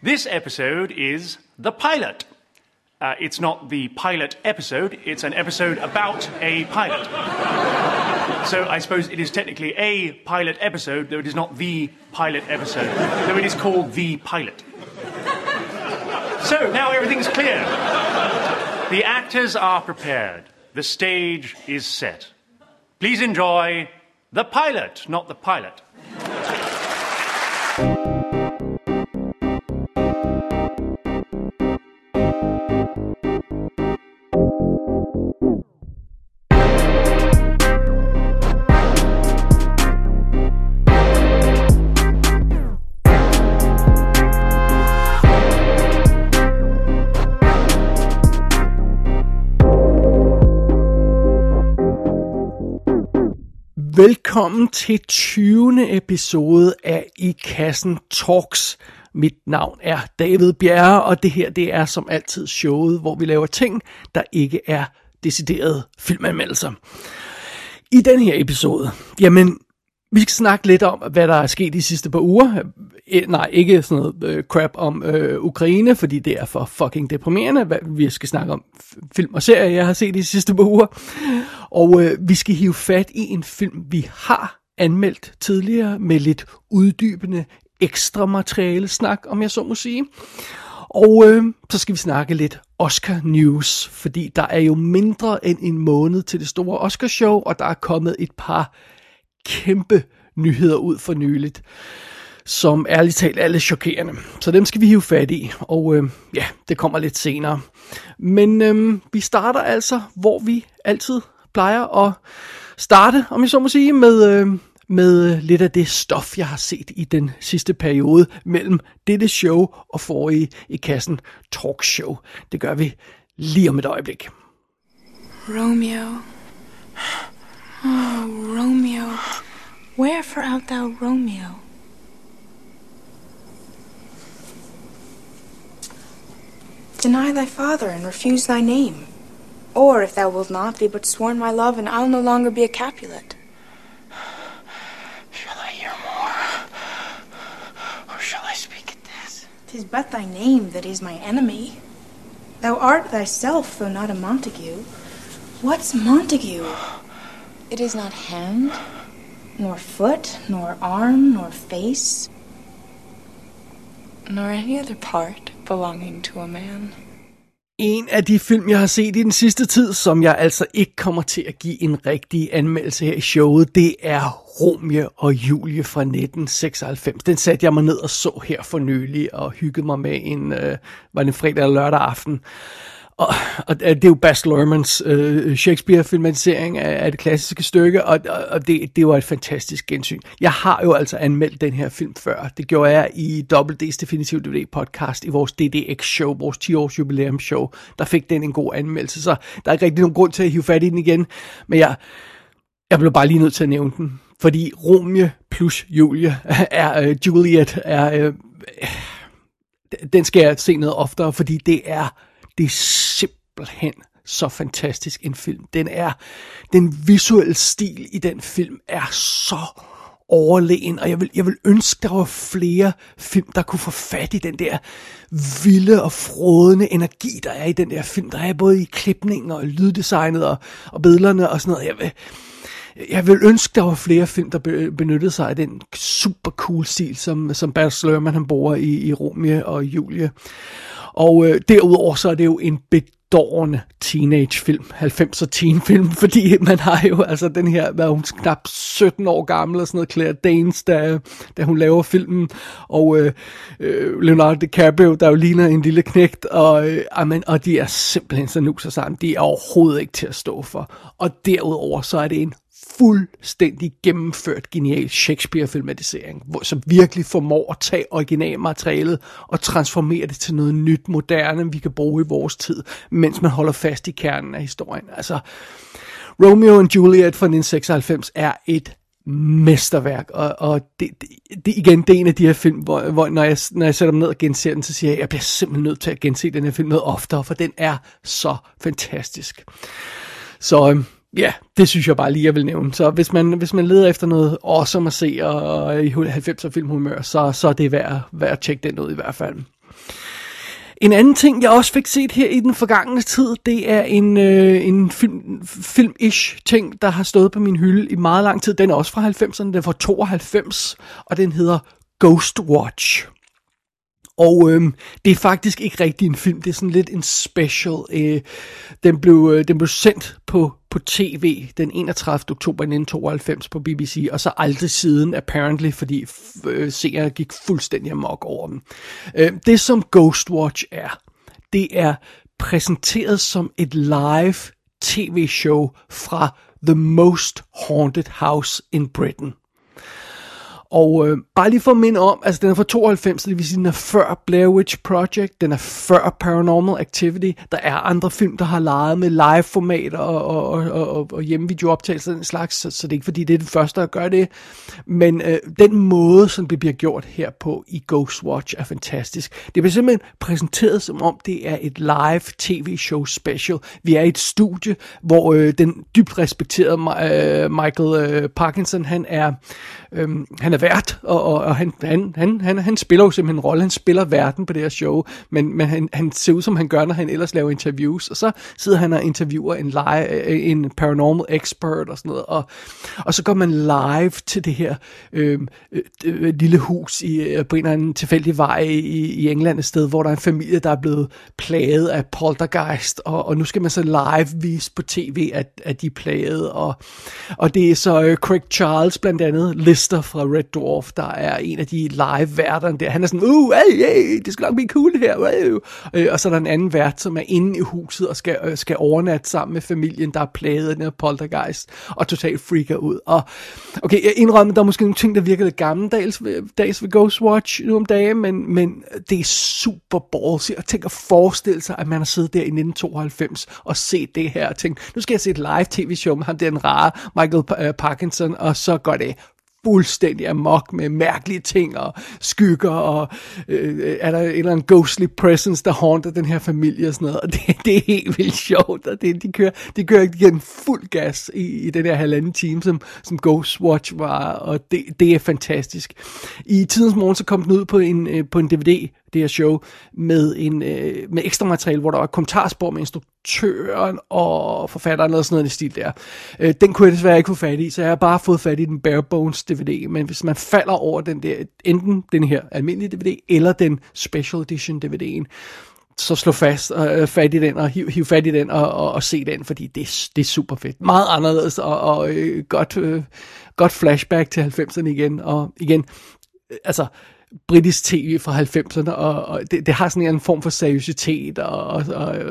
This episode is the pilot. It's not the pilot episode, it's an episode about a pilot. So I suppose it is technically a pilot episode, though it is not the pilot episode, though it is called The Pilot. So now everything's clear. The actors are prepared. The stage is set. Please enjoy The Pilot, not the pilot. Velkommen til 20. episode af I Kassen Talks. Mit navn er David Bjerre, og det her det er som altid showet, hvor vi laver ting, der ikke er deciderede filmanmeldelser. I den her episode, jamen, vi skal snakke lidt om, hvad der er sket de sidste par uger. Nej, ikke sådan noget crap om Ukraine, fordi det er for fucking deprimerende. Vi skal snakke om film og serier, jeg har set de sidste par uger. Og vi skal hive fat i en film, vi har anmeldt tidligere, med lidt uddybende ekstra materiale snak, om jeg så må sige. Og så skal vi snakke lidt Oscar News, fordi der er jo mindre end en måned til det store Oscarshow, og der er kommet et par kæmpe nyheder ud for nyligt, som ærligt talt er lidt chokerende. Så dem skal vi hive fat i, og ja, det kommer lidt senere. Men vi starter altså, hvor vi altid plejer at starte, om jeg så må sige, med lidt af det stof, jeg har set i den sidste periode mellem dette show og forrige I Kassen Talkshow. Det gør vi lige om et øjeblik. Romeo. Oh, Romeo. Wherefore art thou Romeo? Deny thy father and refuse thy name. Or, if thou wilt not, be but sworn my love, and I'll no longer be a Capulet. Shall I hear more? Or shall I speak at this? 'Tis but thy name that is my enemy. Thou art thyself, though not a Montague. What's Montague? It is not hand, nor foot, nor arm, nor face, nor any other part belonging to a man. En af de film, jeg har set i den sidste tid, som jeg altså ikke kommer til at give en rigtig anmeldelse her i showet, det er Romeo og Julie fra 1996. Den satte jeg mig ned og så her for nylig og hyggede mig med var det en fredag eller lørdag aften. Og det er jo Baz Luhrmanns Shakespeare-filmatisering af det klassiske stykke, og det var et fantastisk gensyn. Jeg har jo altså anmeldt den her film før. Det gjorde jeg i WD's Definitive DVD-podcast i vores DDX-show, vores 10-års jubilæumsshow. Der fik den en god anmeldelse, så der er ikke rigtig nogen grund til at hive fat i den igen. Men jeg blev bare lige nødt til at nævne den, fordi Romeo plus Julie Juliet er den skal jeg se noget oftere, fordi det er simpelthen så fantastisk en film. Den visuelle stil i den film er så overlegen, og jeg vil ønske, der var flere film, der kunne få fat i den der vilde og frådende energi, der er i den der film. Der er både i klipningen og lyddesignet og billederne og sådan noget. Jeg vil ønske, der var flere film, der benyttede sig af den super cool stil, som Baz Luhrmann han bruger i Romeo og Julie. Og derudover så er det jo en bedårende teenagefilm, 90'er teenfilm, fordi man har jo altså den her, hvad hun knap 17 år gammel og sådan noget, Claire Danes, da hun laver filmen, og Leonardo DiCaprio, der jo ligner en lille knægt, og de er simpelthen så nuser sammen, de er overhovedet ikke til at stå for. Og derudover så er det en fuldstændig gennemført genial Shakespeare-filmatisering, som virkelig formår at tage originalmaterialet og transformere det til noget nyt, moderne, vi kan bruge i vores tid, mens man holder fast i kernen af historien. Altså, Romeo and Juliet fra 1996 er et mesterværk, og det igen, det er en af de her film, hvor når jeg sætter dem ned og genser den, så siger jeg bliver simpelthen nødt til at gense den her film noget oftere, for den er så fantastisk. Så ja, det synes jeg bare lige, jeg vil nævne. Så hvis man leder efter noget awesome at se, og i 90'er filmhumør, så er det værd at tjekke den ud i hvert fald. En anden ting, jeg også fik set her i den forgangne tid, det er en film-ish ting, der har stået på min hylde i meget lang tid. Den er også fra 90'erne, den er fra 92, og den hedder Ghostwatch. Og det er faktisk ikke rigtig en film, det er sådan lidt en special. Den blev sendt på tv den 31. oktober 1992 på BBC, og så aldrig siden, apparently, fordi seere gik fuldstændig amok over den. Det som Ghostwatch er, det er præsenteret som et live tv-show fra The Most Haunted House in Britain. Og bare lige for at minde om, altså den er fra 92, det vil sige, den er før Blair Witch Project, den er før Paranormal Activity, der er andre film, der har leget med live-formater og hjemmevideooptagelser og den slags, så det er ikke fordi, det er det første, der gør det, men den måde, som det bliver gjort her på i Ghostwatch, er fantastisk. Det bliver simpelthen præsenteret som om, det er et live tv-show special. Vi er i et studie, hvor den dybt respekterede Michael Parkinson, han er vært, og han spiller jo simpelthen en rolle. Han spiller verden på det her show, men han ser ud som han gør, når han ellers laver interviews, og så sidder han og interviewer en paranormal expert og sådan noget, og så går man live til det her lille hus på en eller anden tilfældig vej i England et sted, hvor der er en familie, der er blevet plaget af poltergeist, og nu skal man så live vise på tv, at de er plaget, og det er så Craig Charles blandt andet, Lister fra Red Dwarf, der er en af de live-værterne der. Han er sådan, hey, det skal nok blive cool her, og så er der en anden vært, som er inde i huset og skal overnatte sammen med familien, der er plaget af den her poltergeist, og totalt freaker ud. Og okay, jeg indrømmer, der er måske nogle ting, der virker lidt gammeldags ved Ghostwatch nu om dagen, men det er super ballsy, og tænk at forestille sig, at man har siddet der i 1992 og set det her, og tænkt, nu skal jeg se et live tv-show med ham, den rare Michael Parkinson, og så går det fuldstændig amok med mærkelige ting og skygger, og er der en eller anden ghostly presence, der haunter den her familie og sådan noget, og det er helt vildt sjovt, og de kører igen fuld gas i den her halvanden time, som Ghostwatch var, og det er fantastisk. I tidens morgen så kom den ud på en DVD, det her show, med ekstra materiale, hvor der var kommentarspor med instruktøren og forfatteren og sådan noget i stil der. Den kunne jeg desværre ikke få fat i, så jeg har bare fået fat i den bare bones DVD, men hvis man falder over den der, enten den her almindelige DVD, eller den special edition DVD'en, så slå fat i den, og hiv fat i den, og se den, fordi det er super fedt. Meget anderledes, og godt flashback til 90'erne igen, og igen, altså, britisk tv fra 90'erne, og det har sådan en form for seriøsitet, og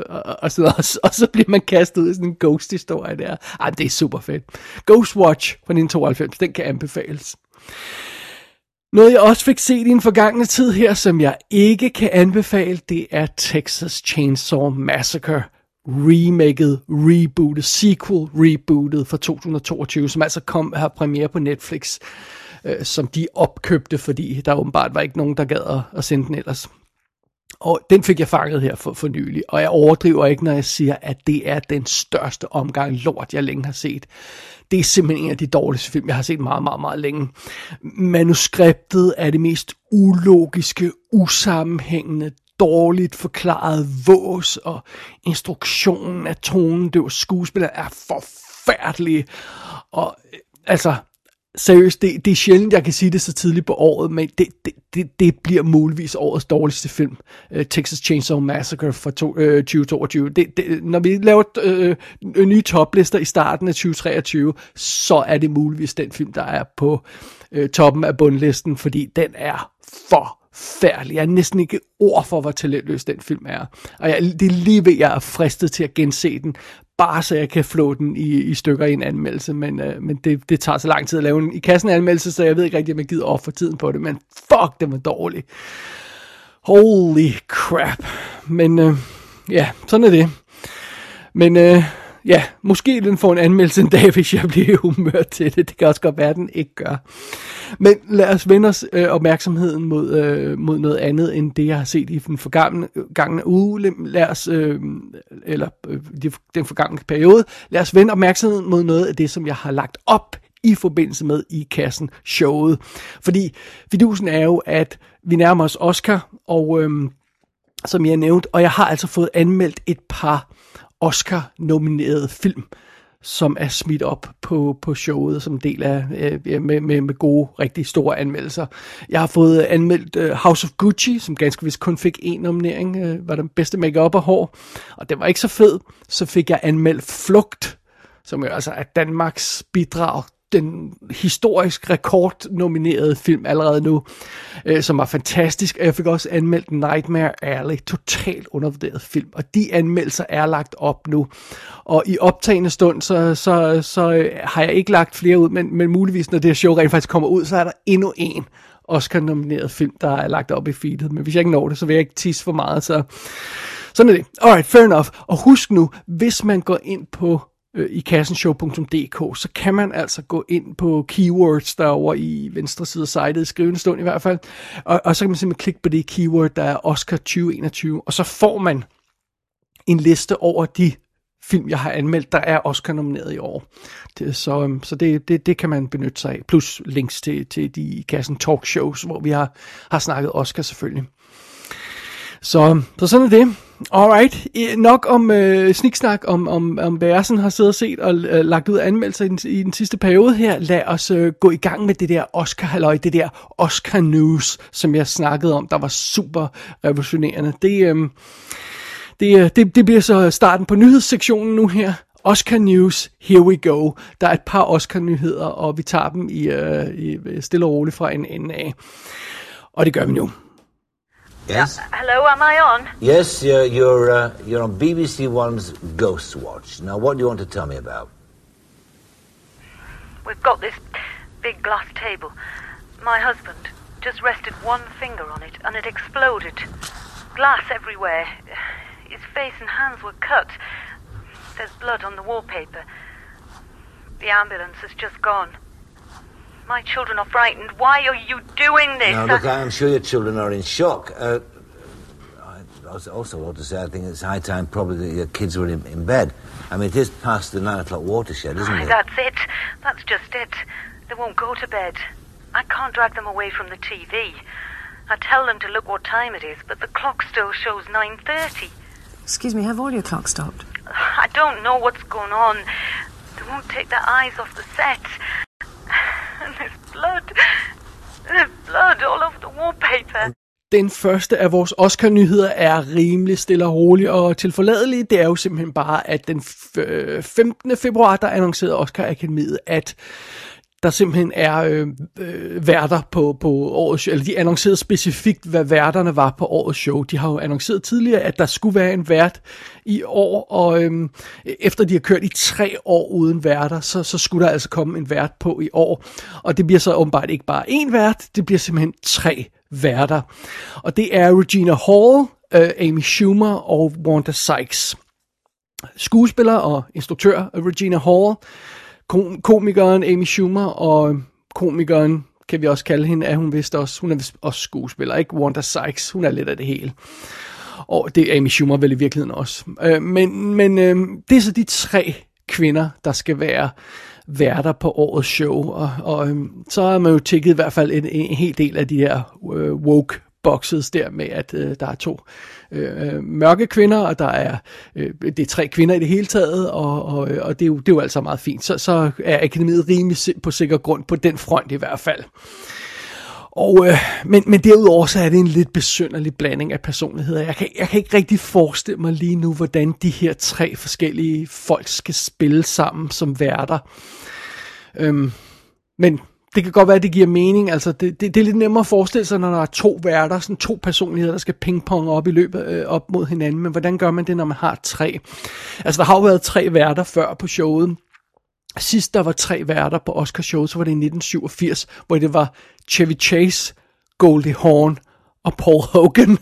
så bliver man kastet ud i sådan en ghost-historie der. Ej, det er super fedt. Ghostwatch fra 1992, den kan anbefales. Noget jeg også fik set i en forgangne tid her, som jeg ikke kan anbefale, det er Texas Chainsaw Massacre remaket, rebootet, sequel rebootet fra 2022, som altså har premiere på Netflix, som de opkøbte, fordi der åbenbart var ikke nogen, der gad at sende den ellers. Og den fik jeg fanget her for nylig, og jeg overdriver ikke, når jeg siger, at det er den største omgang lort, jeg længe har set. Det er simpelthen en af de dårligste film, jeg har set meget, meget, meget længe. Manuskriptet er det mest ulogiske, usammenhængende, dårligt forklaret vås, og instruktionen af tonen, det var skuespillere, er forfærdelige. Og altså, seriøst, det er sjældent, jeg kan sige det så tidligt på året, men det bliver muligvis årets dårligste film, Texas Chainsaw Massacre fra 2022. Når vi laver nye toplister i starten af 2023, så er det muligvis den film, der er på toppen af bundlisten, fordi den er forfærdelig. Jeg er næsten ikke ord for, hvor talentløs den film er. Og det er lige ved, jeg er fristet til at gense den, bare så jeg kan flå den i stykker i en anmeldelse, men det tager så lang tid at lave en i kassen anmeldelse, så jeg ved ikke rigtig, om jeg gider ofre tiden på det, men fuck, den var dårlig. Holy crap. Men ja, sådan er det. Men ja, måske den får en anmeldelse en dag, hvis jeg bliver humør til det. Det kan også godt være, at den ikke gør. Men lad os vende os opmærksomheden mod noget andet, end det, jeg har set i den forgangne uge. Lad os, den forgangne periode. Lad os vende opmærksomheden mod noget af det, som jeg har lagt op i forbindelse med i kassen showet. Fordi fidusen er jo, at vi nærmer os Oscar, og som jeg nævnte, og jeg har altså fået anmeldt et par Oscar-nominerede film, som er smidt op på showet som del af med gode, rigtig store anmeldelser. Jeg har fået anmeldt House of Gucci, som ganske vist kun fik 1 nominering, var den bedste make-up og hår, og det var ikke så fed. Så fik jeg anmeldt Flugt, som jo altså er Danmarks bidrag, den historisk rekordnominerede film allerede nu, som var fantastisk. Og jeg fik også anmeldt Nightmare Alley, totalt undervurderet film. Og de anmeldelser er lagt op nu. Og i optagende stund, så har jeg ikke lagt flere ud, men muligvis, når det her show rent faktisk kommer ud, så er der endnu en Oscar-nomineret film, der er lagt op i feedet. Men hvis jeg ikke når det, så vil jeg ikke tisse for meget. Så sådan er det. Alright, fair enough. Og husk nu, hvis man går ind på i kassenshow.dk, så kan man altså gå ind på keywords derovre i venstre side af sitet, i skrivende stund i hvert fald, og så kan man simpelthen klikke på det keyword, der er Oscar 2021, og så får man en liste over de film, jeg har anmeldt, der er Oscar-nomineret i år. Så det kan man benytte sig af, plus links til de Kassen talkshows, hvor vi har snakket Oscar selvfølgelig. Så sådan er det. Alright, nok om sniksnak om Bærsen har siddet og set og lagt ud anmeldelser i den sidste periode her. Lad os gå i gang med det der Oscar-halløj, det der Oscar-news, som jeg snakkede om, der var super revolutionerende. Det bliver så starten på nyhedssektionen nu her. Oscar News, here we go. Der er et par Oscar-nyheder, og vi tager dem i stille og roligt fra en ende af. Og det gør vi nu. Yes. Hello, am I on? Yes, you're on BBC One's Ghost Watch. Now, what do you want to tell me about? We've got this big glass table. My husband just rested one finger on it and it exploded. Glass everywhere. His face and hands were cut. There's blood on the wallpaper. The ambulance has just gone. My children are frightened. Why are you doing this? Now, look, I'm sure your children are in shock. I also want to say I think it's high time probably that your kids were in bed. I mean, it is past the 9 o'clock watershed, isn't it? That's it. That's just it. They won't go to bed. I can't drag them away from the TV. I tell them to look what time it is, but the clock still shows 9:30. Excuse me, have all your clocks stopped? I don't know what's going on. They won't take their eyes off the set. And there's blood. There's blood all over the wallpaper. Den første af vores Oscar-nyheder er rimelig stille og rolig og tilforladelig. Det er jo simpelthen bare, at den 15. februar, der annoncerede Oscar-akademiet, at der simpelthen er værter på årets show, eller de annoncerede specifikt, hvad værterne var på årets show. De har jo annonceret tidligere, at der skulle være en vært i år, og efter de har kørt i 3 år uden værter, så skulle der altså komme en vært på i år. Og det bliver så åbenbart ikke bare én vært, det bliver simpelthen 3 værter. Og det er Regina Hall, Amy Schumer og Wanda Sykes. Skuespiller og instruktør Regina Hall, komikeren Amy Schumer, og komikeren, kan vi også kalde hende, hun er vist også skuespiller, ikke? Wanda Sykes, hun er lidt af det hele. Og det er Amy Schumer vel i virkeligheden også. Men det er så de 3 kvinder, der skal være værter på årets show, og så har man jo tjekket i hvert fald en hel del af de her woke boxes der med, at der er 2 mørke kvinder, og der er det er 3 kvinder i det hele taget, og det er jo altså meget fint. Så er akademiet rimelig på sikker grund på den front i hvert fald. Og, men derudover så er det en lidt besynderlig blanding af personligheder. Jeg kan ikke rigtig forestille mig lige nu, hvordan de her 3 forskellige folk skal spille sammen som værter. Men det kan godt være, at det giver mening. Altså, det er lidt nemmere at forestille sig, når der er 2 værter, sådan 2 personligheder, der skal pingponge op i løbet op mod hinanden. Men hvordan gør man det, når man har 3? Altså, der har jo været 3 værter før på showet. Sidst der var 3 værter på Oscar-showet, så var det i 1987, hvor det var Chevy Chase, Goldie Hawn og Paul Hogan.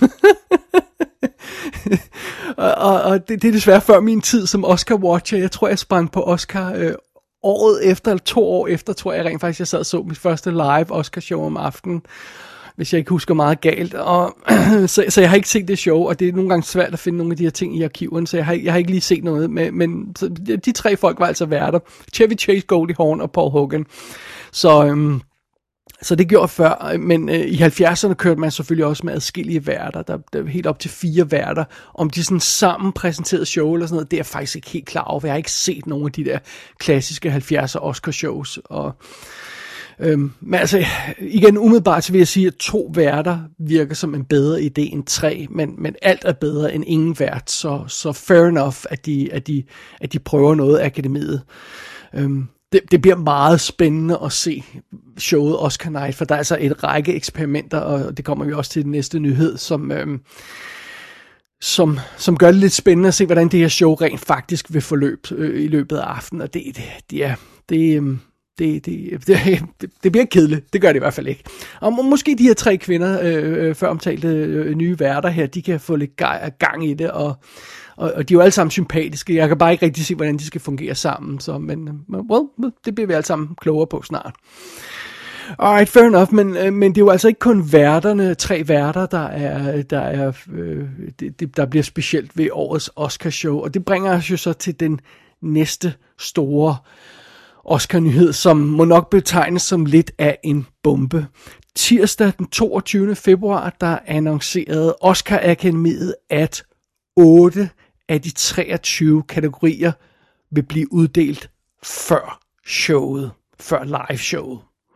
og det er desværre før min tid som Oscar-watcher. Jeg tror, jeg sprang på Oscar året efter, eller 2 år efter, tror jeg rent faktisk, jeg sad og så mit første live Oscar-show om aftenen, hvis jeg ikke husker meget galt. Og så jeg har ikke set det show, og det er nogle gange svært at finde nogle af de her ting i arkiverne, så jeg har ikke lige set noget. Men de 3 folk var altså værter. Chevy Chase, Goldie Hawn og Paul Hogan. Så Så det gjorde før, men i 70'erne kørte man selvfølgelig også med adskillige værter, der helt op til 4 værter. Om de sådan sammen præsenterede show eller sådan noget, det er jeg faktisk ikke helt klar over, for jeg har ikke set nogen af de der klassiske 70'er Oscar-shows. Men altså, igen umiddelbart så vil jeg sige, at 2 værter virker som en bedre idé end 3, men alt er bedre end ingen vært, så fair enough, at de prøver noget af akademiet. Det bliver meget spændende at se showet Oscar Night, for der er altså et række eksperimenter, og det kommer vi også til den næste nyhed, som gør det lidt spændende at se, hvordan det her show rent faktisk vil forløbe i løbet af aftenen, og det bliver kedeligt. Det gør det i hvert fald ikke. Og måske de her 3 kvinder, før omtalte nye værter her, de kan få lidt gang i det, og de er jo alle sammen sympatiske. Jeg kan bare ikke rigtig se, hvordan de skal fungere sammen. Så, men det bliver vi alle sammen klogere på snart. Alright, fair enough, men det er jo altså ikke kun værterne, 3 værter, der bliver specielt ved årets Oscar-show, og det bringer os jo så til den næste store Oscar-nyhed, som må nok betegnes som lidt af en bombe. Tirsdag den 22. februar, der annoncerede Oscar-akademiet, at 8 af de 23 kategorier vil blive uddelt før live-showet.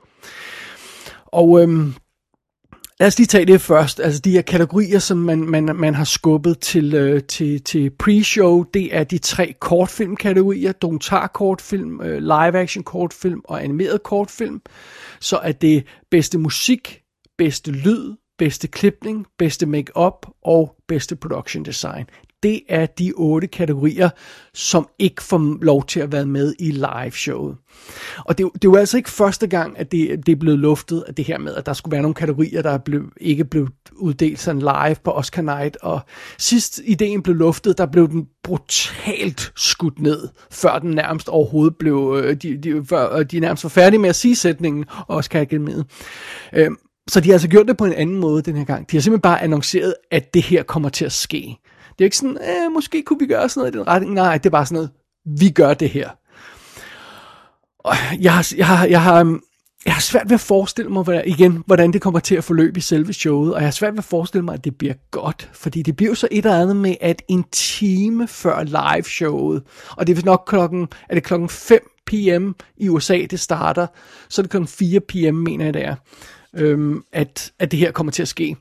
Og lad os lige tage det først. Altså de her kategorier, som man har skubbet til pre-show, det er de 3 kortfilmkategorier: dokumentarkortfilm, live-action kortfilm og animeret kortfilm. Så er det bedste musik, bedste lyd, bedste klipning, bedste make-up og bedste production design. Det er de 8 kategorier, som ikke får lov til at være med i live-showet. Og det er jo altså ikke første gang, at det er blevet luftet, at det her med, at der skulle være nogle kategorier, der ikke blev uddelt sådan live på Oscar Night. Og sidst ideen blev luftet, der blev den brutalt skudt ned, før den nærmest overhovedet blev, før de nærmest var færdige med at sige sætningen Oscar-akademiet. Så de har altså gjort det på en anden måde den her gang. De har simpelthen bare annonceret, at det her kommer til at ske. Det er ikke sådan, måske kunne vi gøre sådan noget i den retning. Nej, det er bare sådan noget, vi gør det her. Og jeg har svært ved at forestille mig, hvordan det kommer til at forløbe i selve showet. Og jeg har svært ved at forestille mig, at det bliver godt. Fordi det bliver jo så et eller andet med, at en time før live-showet, og det er nok klokken 5 p.m. i USA, det starter, så er det klokken 4 p.m., mener jeg det er, at det her kommer til at ske.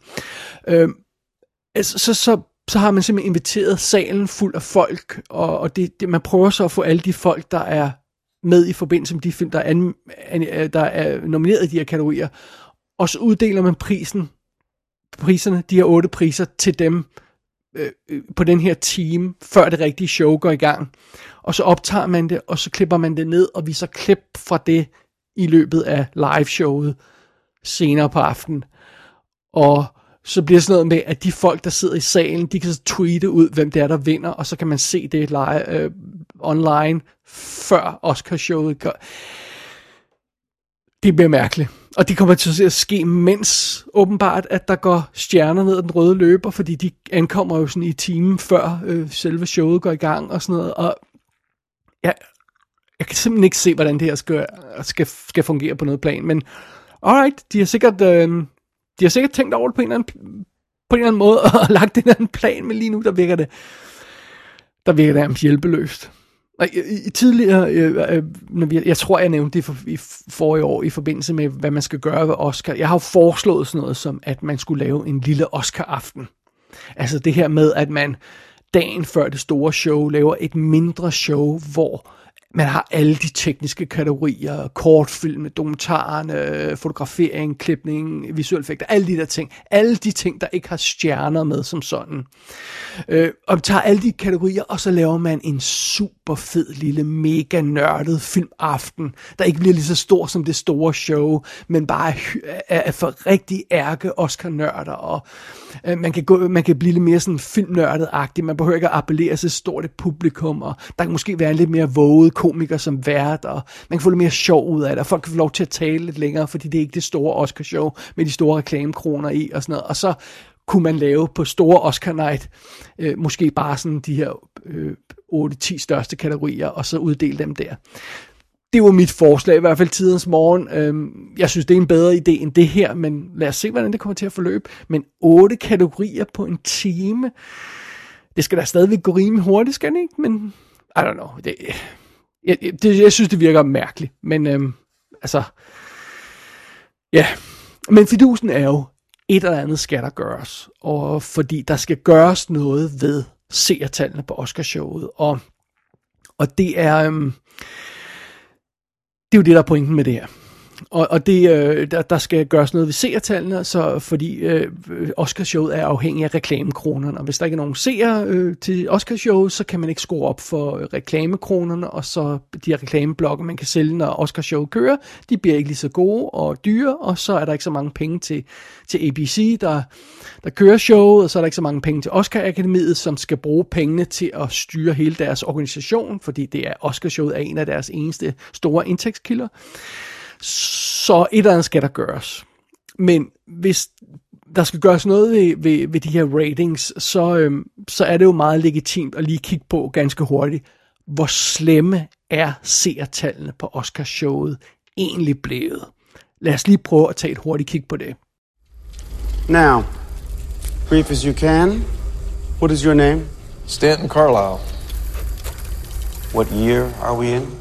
Så har man simpelthen inviteret salen fuld af folk, og man prøver så at få alle de folk, der er med i forbindelse med de film, der er nomineret i de her kategorier, og så uddeler man priserne, de her 8 priser, til dem på den her time, før det rigtige show går i gang. Og så optager man det, og så klipper man det ned, og viser klip fra det i løbet af liveshowet senere på aftenen. Og så bliver sådan noget med, at de folk, der sidder i salen, de kan så tweete ud, hvem det er, der vinder, og så kan man se det live online, før Oscar-showet går. Det bliver mærkeligt. Og det kommer til at ske, mens åbenbart, at der går stjerner ned ad den røde løber, fordi de ankommer jo sådan i timen før selve showet går i gang og sådan noget. Og jeg kan simpelthen ikke se, hvordan det her skal fungere på noget plan. Men alright, de har sikkert tænkt over det på en eller anden måde og lagt en eller anden plan, men lige nu der virker det nærmest hjælpeløst. Og tidligere, jeg tror jeg nævnte det i forrige år i forbindelse med, hvad man skal gøre ved Oscar. Jeg har jo foreslået sådan noget som, at man skulle lave en lille Oscar-aften. Altså det her med, at man dagen før det store show laver et mindre show, hvor man har alle de tekniske kategorier, kortfilm, dokumentarerne, fotografering, klipning, visuelle effekter, alle de der ting. Alle de ting, der ikke har stjerner med som sådan. Og tager alle de kategorier, og så laver man en super fed lille, mega nørdet filmaften, der ikke bliver lige så stor som det store show, men bare er for rigtig ærke Oscar-nørder, og man kan blive lidt mere sådan filmnørdet-agtig. Man behøver ikke at appellere til stort et publikum, og der kan måske være en lidt mere våget komiker som vært, og man kan få lidt mere sjov ud af det, og folk kan få lov til at tale lidt længere, fordi det er ikke det store Oscar-show med de store reklamekroner i, og sådan noget. Og så kunne man lave på store Oscar Night, måske bare sådan de her 8-10 største kategorier, og så uddele dem der. det var mit forslag, i hvert fald tidens morgen. Jeg synes, det er en bedre idé end det her, men lad os se, hvordan det kommer til at forløbe. Men 8 kategorier på en time, det skal da stadigvæk gå rimelig hurtigt, skal det ikke? Men, I don't know. Jeg synes, det virker mærkeligt. Men, ja. Men fidusen er jo, et eller andet skal der gøres. Og fordi der skal gøres noget ved seertallene på Oscarshowet. Og det er... det er jo det, der er pointen med det her. Og det, der skal gøres noget ved seertallene, så fordi Oscarshowet er afhængig af reklamekronerne. Og hvis der ikke er nogen seere til Oscarshowet, så kan man ikke skrue op for reklamekronerne, og så de her reklameblokke, man kan sælge, når Oscarshowet kører, de bliver ikke lige så gode og dyre, og så er der ikke så mange penge til ABC, der kører showet, og så er der ikke så mange penge til Oscar-akademiet, som skal bruge pengene til at styre hele deres organisation, fordi det er Oscarshowet er en af deres eneste store indtægtskilder. Så et eller andet skal der gøres. Men hvis der skal gøres noget ved de her ratings, så er det jo meget legitimt at lige kigge på ganske hurtigt, hvor slemme er seertallene på Oscarshowet egentlig blevet. Lad os lige prøve at tage et hurtigt kig på det. Now, brief as you can, what is your name? Stanton Carlisle. What year are we in?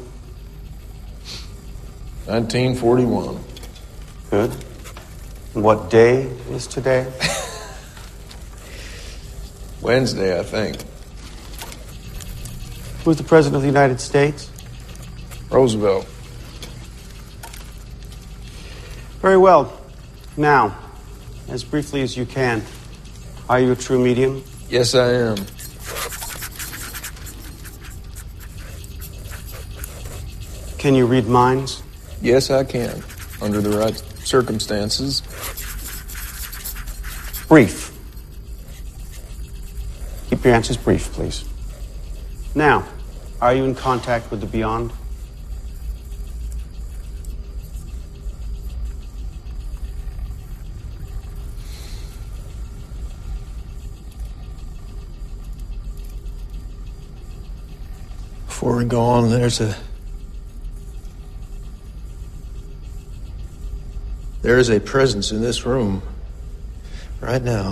1941. Good. What day is today? Wednesday, I think. Who's the President of the United States? Roosevelt. Very well. Now, as briefly as you can, are you a true medium? Yes, I am. Can you read minds? Yes, I can, under the right circumstances. Brief. Keep your answers brief, please. Now, are you in contact with the beyond? Before we go on, there is a presence in this room right now.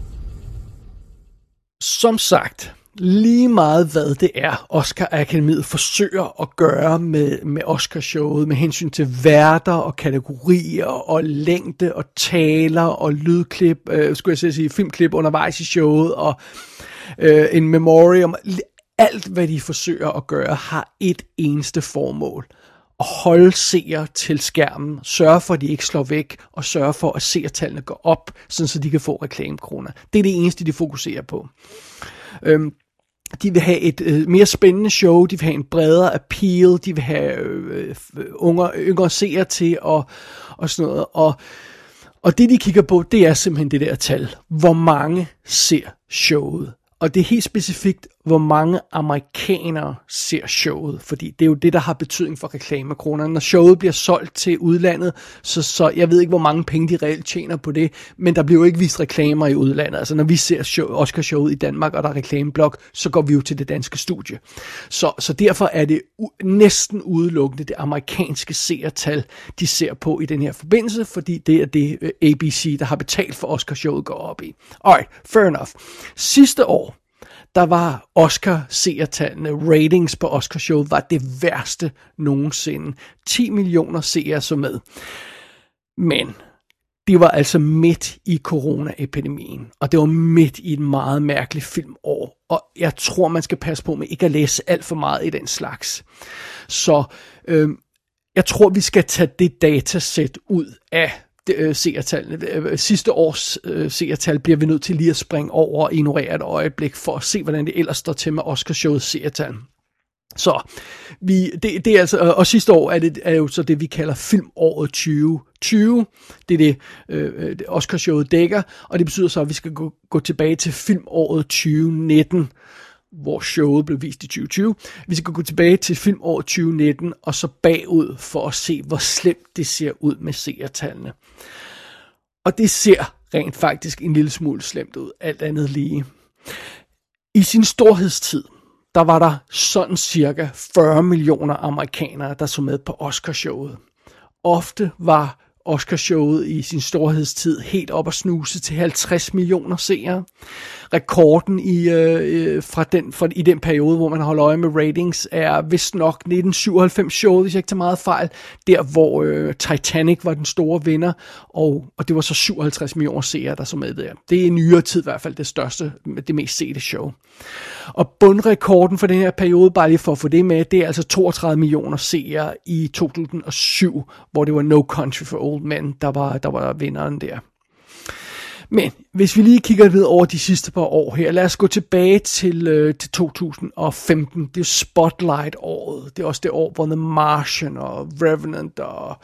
Som sagt, lige meget hvad det er, Oscar-akademiet forsøger at gøre med Oscarshowet med hensyn til værter og kategorier og længde og taler og lydklip, skulle jeg sige filmklip undervejs i showet og en memoriam. Alt hvad de forsøger at gøre har et eneste formål. At holde seere til skærmen, sørge for, at de ikke slår væk, og sørge for, at seertallene går op, sådan så de kan få reklamekroner. Det er det eneste, de fokuserer på. De vil have et mere spændende show, de vil have en bredere appeal, de vil have yngre seere til, og sådan noget. Og det, de kigger på, det er simpelthen det der tal. Hvor mange ser showet? Og det er helt specifikt, hvor mange amerikanere ser showet, fordi det er jo det, der har betydning for reklamekronerne. Når showet bliver solgt til udlandet, så jeg ved ikke, hvor mange penge de reelt tjener på det, men der bliver jo ikke vist reklamer i udlandet. Altså når vi ser Oscar-showet i Danmark, og der er reklameblok, så går vi jo til det danske studie. Så derfor er det næsten udelukkende det amerikanske seertal, de ser på i den her forbindelse, fordi det er det ABC, der har betalt for Oscar-showet, går op i. Alright, fair enough. Sidste år, der var Oscar-seertallene, ratings på Oscarshowet, var det værste nogensinde. 10 millioner seere så med. Men det var altså midt i coronaepidemien, og det var midt i et meget mærkeligt filmår. Og jeg tror, man skal passe på med ikke at læse alt for meget i den slags. Så jeg tror, vi skal tage det datasæt ud af seertallene. Sidste års seertal bliver vi nødt til lige at springe over og ignorere et øjeblik for at se, hvordan det ellers står til med Oscarshowets seertal. Så det er altså, og sidste år er jo så det, vi kalder filmåret 2020. Det er det, Oscarshowet dækker, og det betyder så, at vi skal gå tilbage til filmåret 2019, hvor showet blev vist i 2020. Vi skal gå tilbage til filmåret 2019, og så bagud for at se, hvor slemt det ser ud med seertallene. Og det ser rent faktisk en lille smule slemt ud, alt andet lige. I sin storhedstid, der var der sådan cirka 40 millioner amerikanere, der så med på Oscarshowet. Ofte var Oscarshowet i sin storhedstid helt op at snuse til 50 millioner seere. Rekorden i den periode, hvor man holder øje med ratings, er vist nok 1997 showet, hvis jeg ikke tager meget fejl. Der, hvor Titanic var den store vinder, og det var så 57 millioner seere, der så med der. Det er i nyere tid i hvert fald det mest sete show. Og bundrekorden for den her periode, bare lige for at få det med, det er altså 32 millioner seere i 2007, hvor det var No Country for Old Men, der var vinderen der. Men hvis vi lige kigger lidt over de sidste par år her, lad os gå tilbage til 2015. Det er Spotlight-året. Det er også det år, hvor The Martian og Revenant og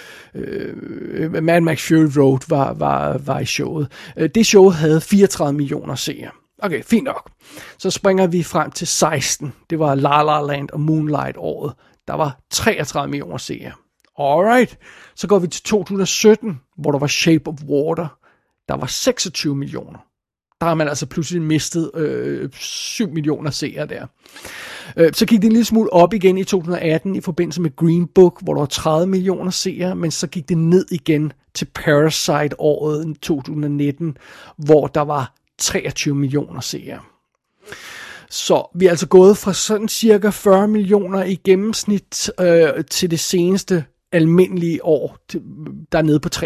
Mad Max Fury Road var i showet. Det show havde 34 millioner seere. Okay, fint nok. Så springer vi frem til 16. Det var La La Land og Moonlight-året. Der var 33 millioner seere. Alright. Så går vi til 2017, hvor der var Shape of Water. Der var 26 millioner. Der har man altså pludselig mistet 7 millioner seere der. Så gik det en lille smule op igen i 2018 i forbindelse med Green Book, hvor der var 30 millioner seere, men så gik det ned igen til Parasite-året 2019, hvor der var 23 millioner seere. Så vi er altså gået fra sådan cirka 40 millioner i gennemsnit til det seneste almindelige år, der er nede på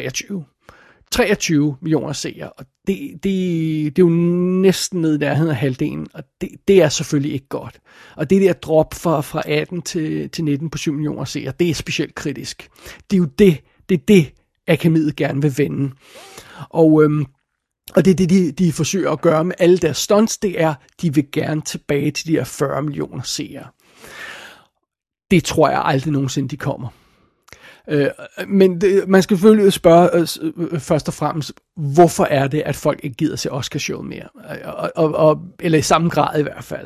23 millioner seere, og det er jo næsten ned der hedder halvdelen, og det er selvfølgelig ikke godt. Og det der drop fra 18 til 19 på 7 millioner seere, det er specielt kritisk. Det er jo det akademiet gerne vil vende. Og det er det, de forsøger at gøre med alle deres stunts, det er, de vil gerne tilbage til de her 40 millioner seere. Det tror jeg aldrig nogensinde, de kommer. Men man skal selvfølgelig spørge først og fremmest, hvorfor er det, at folk ikke gider se Oscarshow mere? Eller i samme grad i hvert fald.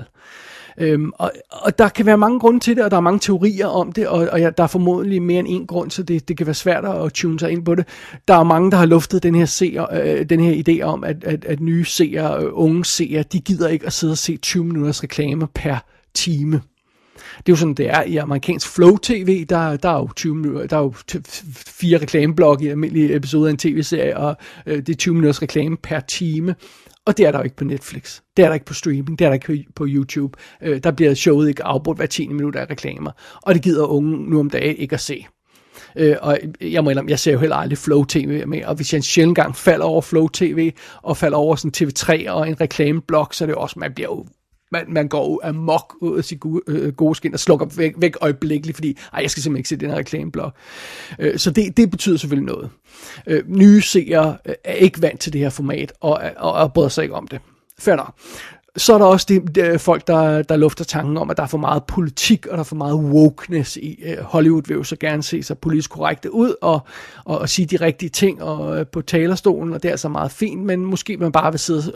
Og der kan være mange grunde til det, og der er mange teorier om det, og der er formodentlig mere end en grund, så det kan være svært at tune sig ind på det. Der er mange, der har luftet den her idé om, at nye seere, unge seere, de gider ikke at sidde og se 20 minutters reklamer per time. Det er jo sådan, det er i amerikansk Flow-TV, der er jo 20 minutter, der er jo 4 reklameblok i almindelige episoder af en tv-serie, og det er 20 minutters reklame per time. Og det er der jo ikke på Netflix. Det er der ikke på streaming. Det er der ikke på YouTube. Der bliver showet ikke afbrudt hver 10 minutter af reklamer. Og det gider unge nu om dagen ikke at se. Og jeg må indrømme, jeg ser jo heller aldrig Flow TV med. Og hvis jeg en sjældent gang falder over Flow TV, og falder over sådan TV3 og en reklameblok, så er det jo også, man går amok ud af sit gode skin og slukker væk øjeblikkeligt, fordi jeg skal simpelthen ikke se den her reklameblok. Så det betyder selvfølgelig noget. Nye seere er ikke vant til det her format, og bryder sig ikke om det. Fair nok. Så er der også de folk, der lufter tanken om, at der er for meget politik, og der er for meget wokeness i Hollywood vil jo så gerne se sig politisk korrekte ud, og sige de rigtige ting på talerstolen, og det er altså meget fint, men måske man bare vil sidde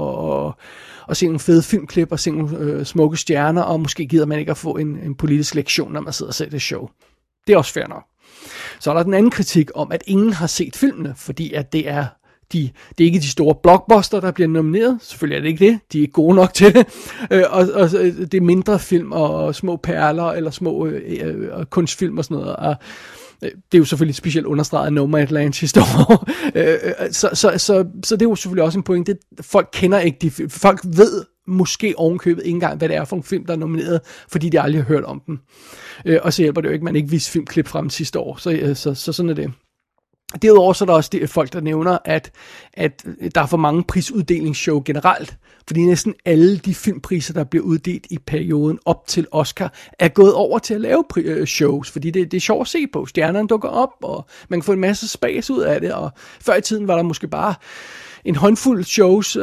og se nogle fede filmklip, og se nogle smukke stjerner, og måske gider man ikke at få en politisk lektion, når man sidder og ser det show. Det er også fair nok. Så er der den anden kritik om, at ingen har set filmene, fordi at det er ikke de store blockbuster, der bliver nomineret. Selvfølgelig er det ikke det. De er ikke gode nok til det. Og det er mindre film og små perler, eller små kunstfilm og sådan noget. Og det er jo selvfølgelig specielt understreget af Nomadland sidste år. Så det er jo selvfølgelig også en pointe. Folk kender ikke folk ved måske ovenkøbet ikke engang, hvad det er for en film, der er nomineret, fordi de aldrig har hørt om den. Og så hjælper det jo ikke, man ikke viste filmklip fra dem sidste år. Så sådan er det. Derudover så er der også folk, der nævner, at der er for mange prisuddelingsshow generelt, fordi næsten alle de filmpriser, der bliver uddelt i perioden op til Oscar, er gået over til at lave shows, fordi det er sjovt at se på. Stjernerne dukker op, og man kan få en masse spas ud af det, og før i tiden var der måske bare en håndfuld shows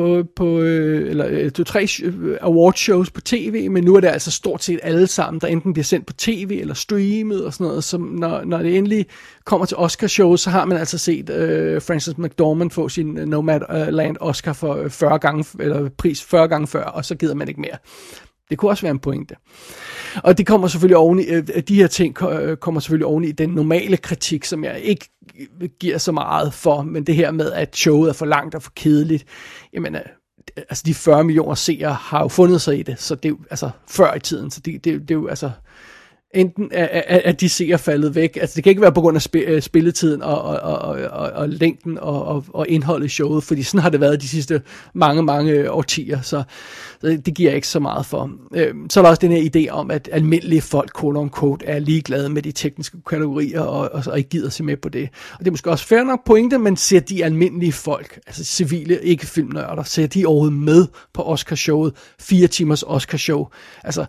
eller 2-3 award shows på tv, men nu er det altså stort set alle sammen, der enten bliver sendt på tv eller streamet og sådan noget, så når det endelig kommer til Oscar-shows, så har man altså set Frances McDormand få sin Nomadland Oscar for 40 gange, eller pris 40 gange før, og så gider man ikke mere. Det kunne også være en pointe. Og det kommer selvfølgelig oveni, de her ting kommer selvfølgelig oveni i den normale kritik, som jeg ikke giver så meget for, men det her med, at showet er for langt og for kedeligt, jamen, altså de 40 millioner seere har jo fundet sig i det, så det er jo altså før i tiden, så det er jo altså enten er de seere faldet væk, altså det kan ikke være på grund af spilletiden og længden og indholdet i showet, fordi sådan har det været de sidste mange årtier, så det giver ikke så meget for. Så er der også den her idé om, at almindelige folk, quote-unquote, er ligeglade med de tekniske kategorier og ikke gider se med på det. Og det er måske også fair nok pointe, men ser de almindelige folk, altså civile, ikke filmnørder, ser de overhovedet med på Oscarshowet, 4 timers Oscarshow, altså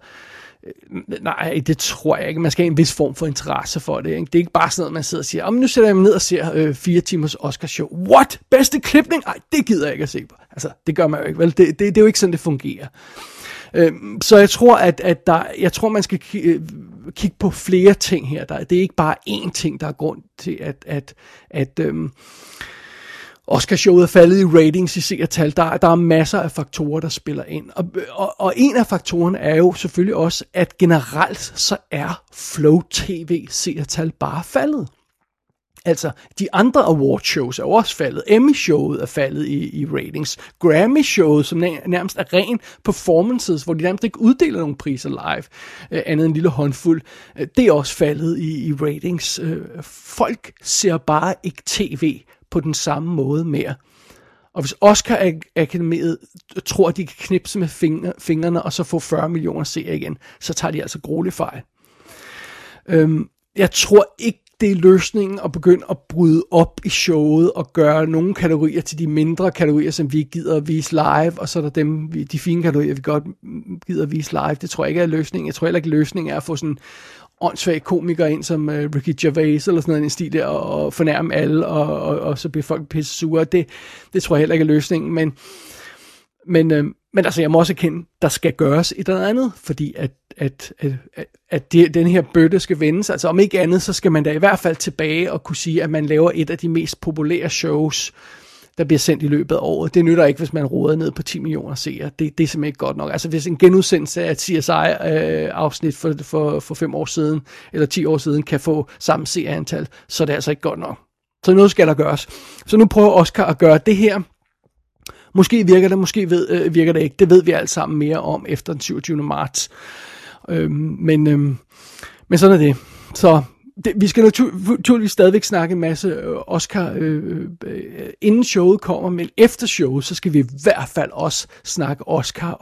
nej, det tror jeg ikke. Man skal have en vis form for interesse for det. Ikke? Det er ikke bare sådan noget, man sidder og siger, nu sætter jeg mig ned og ser 4 timers Oscarshow. What? Bedste klipning? Nej, det gider jeg ikke at se på. Altså, det gør man jo ikke, vel? Det er jo ikke sådan, det fungerer. Så jeg tror, man skal kigge på flere ting her. Det er ikke bare én ting, der er grund til, at Oscarshowet er faldet i ratings i seertal. Der er masser af faktorer, der spiller ind. Og en af faktorerne er jo selvfølgelig også, at generelt så er Flow TV seertal bare faldet. Altså, de andre awardshows er også faldet. Emmy-showet er faldet i ratings. Grammy-showet, som nærmest er ren performances, hvor de nærmest ikke uddeler nogle priser live, andet end en lille håndfuld, det er også faldet i ratings. Folk ser bare ikke tv på den samme måde mere. Og hvis Oscar-akademiet tror, at de kan knipse med fingrene og så få 40 millioner seere igen, så tager de altså grueligt fejl. Jeg tror ikke, det er løsningen at begynde at bryde op i showet og gøre nogle kategorier til de mindre kategorier, som vi gider at vise live, og så er der de fine kategorier, vi godt gider at vise live. Det tror jeg ikke er løsningen. Jeg tror heller ikke, løsningen er at få sådan åndssvage komikere ind som Ricky Gervais eller sådan noget i en stil der, og fornærme alle, og så bliver folk pisse sure. Det tror jeg heller ikke er løsningen, men altså, jeg må også erkende, der skal gøres et eller andet, fordi at den her bøtte skal vendes. Altså om ikke andet, så skal man da i hvert fald tilbage og kunne sige, at man laver et af de mest populære shows, der bliver sendt i løbet af året. Det nytter ikke, hvis man roder ned på 10 millioner seere. Det er simpelthen ikke godt nok. Altså hvis en genudsendelse af et CSI-afsnit for 5 år siden, eller 10 år siden, kan få samme seerantal, så er det altså ikke godt nok. Så noget skal der gøres. Så nu prøver Oscar at gøre det her. Måske virker det, måske virker det ikke. Det ved vi alt sammen mere om efter den 27. marts. Men sådan er det. Så vi skal naturligvis stadigvæk snakke en masse Oscar inden showet kommer, men efter showet, så skal vi i hvert fald også snakke Oscar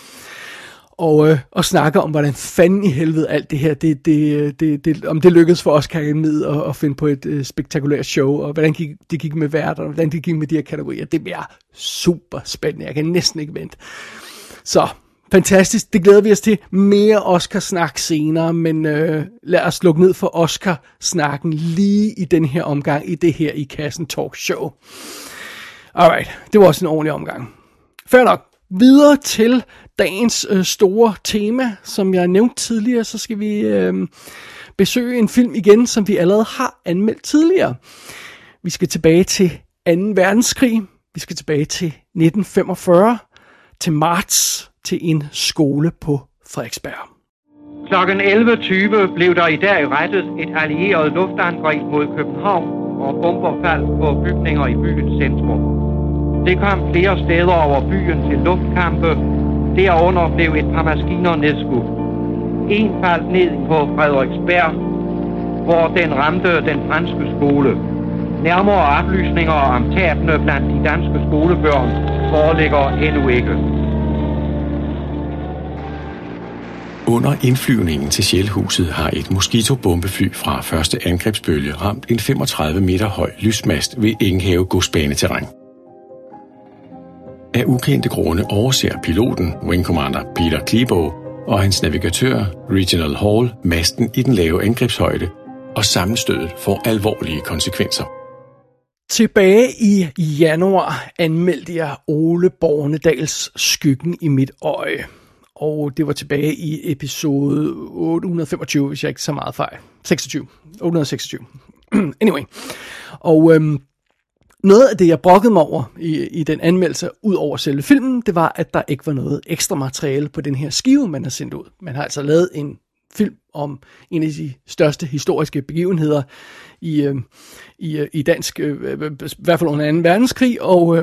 og snakke om, hvordan fanden i helvede alt det her, om det lykkedes for Oscar at finde på et spektakulært show, og hvordan det gik med værter, og hvordan det gik med de her kategorier. Det bliver super spændende. Jeg kan næsten ikke vente. Så fantastisk, det glæder vi os til. Mere Oscar-snak senere, men lad os lukke ned for Oscar-snakken lige i den her omgang, i det her i Kassen Talk Show. Alright, det var også en ordentlig omgang. Fair nok. Videre til dagens store tema, som jeg nævnte tidligere, så skal vi besøge en film igen, som vi allerede har anmeldt tidligere. Vi skal tilbage til 2. verdenskrig. Vi skal tilbage til 1945, til marts, til en skole på Frederiksberg. Klokken 11.20 blev der i dag rettet et allieret luftangreb mod København, og bomber faldt på bygninger i byens centrum. Det kom flere steder over byen til luftkampe. Derunder blev et par maskiner nedskudt. En faldt ned på Frederiksberg, hvor den ramte den franske skole. Nærmere oplysninger om tabene blandt de danske skolebørn foreligger endnu ikke. Under indflyvningen til Shellhuset har et Mosquito-bombefly fra første angrebsbølge ramt en 35 meter høj lysmast ved Enghave godsbaneterræn. Af ukendte grunde overser piloten, Wing Commander Peter Klebo, og hans navigatør, Reginald Hall, masten i den lave angrebshøjde, og sammenstødet får alvorlige konsekvenser. Tilbage i januar anmeldte jeg Ole Bornedals Skyggen i mit øje. Og det var tilbage i episode 825, hvis jeg ikke så meget fejl. 826. Anyway. Og noget af det, jeg brokkede mig over i den anmeldelse, ud over selve filmen, det var, at der ikke var noget ekstra materiale på den her skive, man har sendt ud. Man har altså lavet en film om en af de største historiske begivenheder i dansk, i hvert fald under 2. verdenskrig, og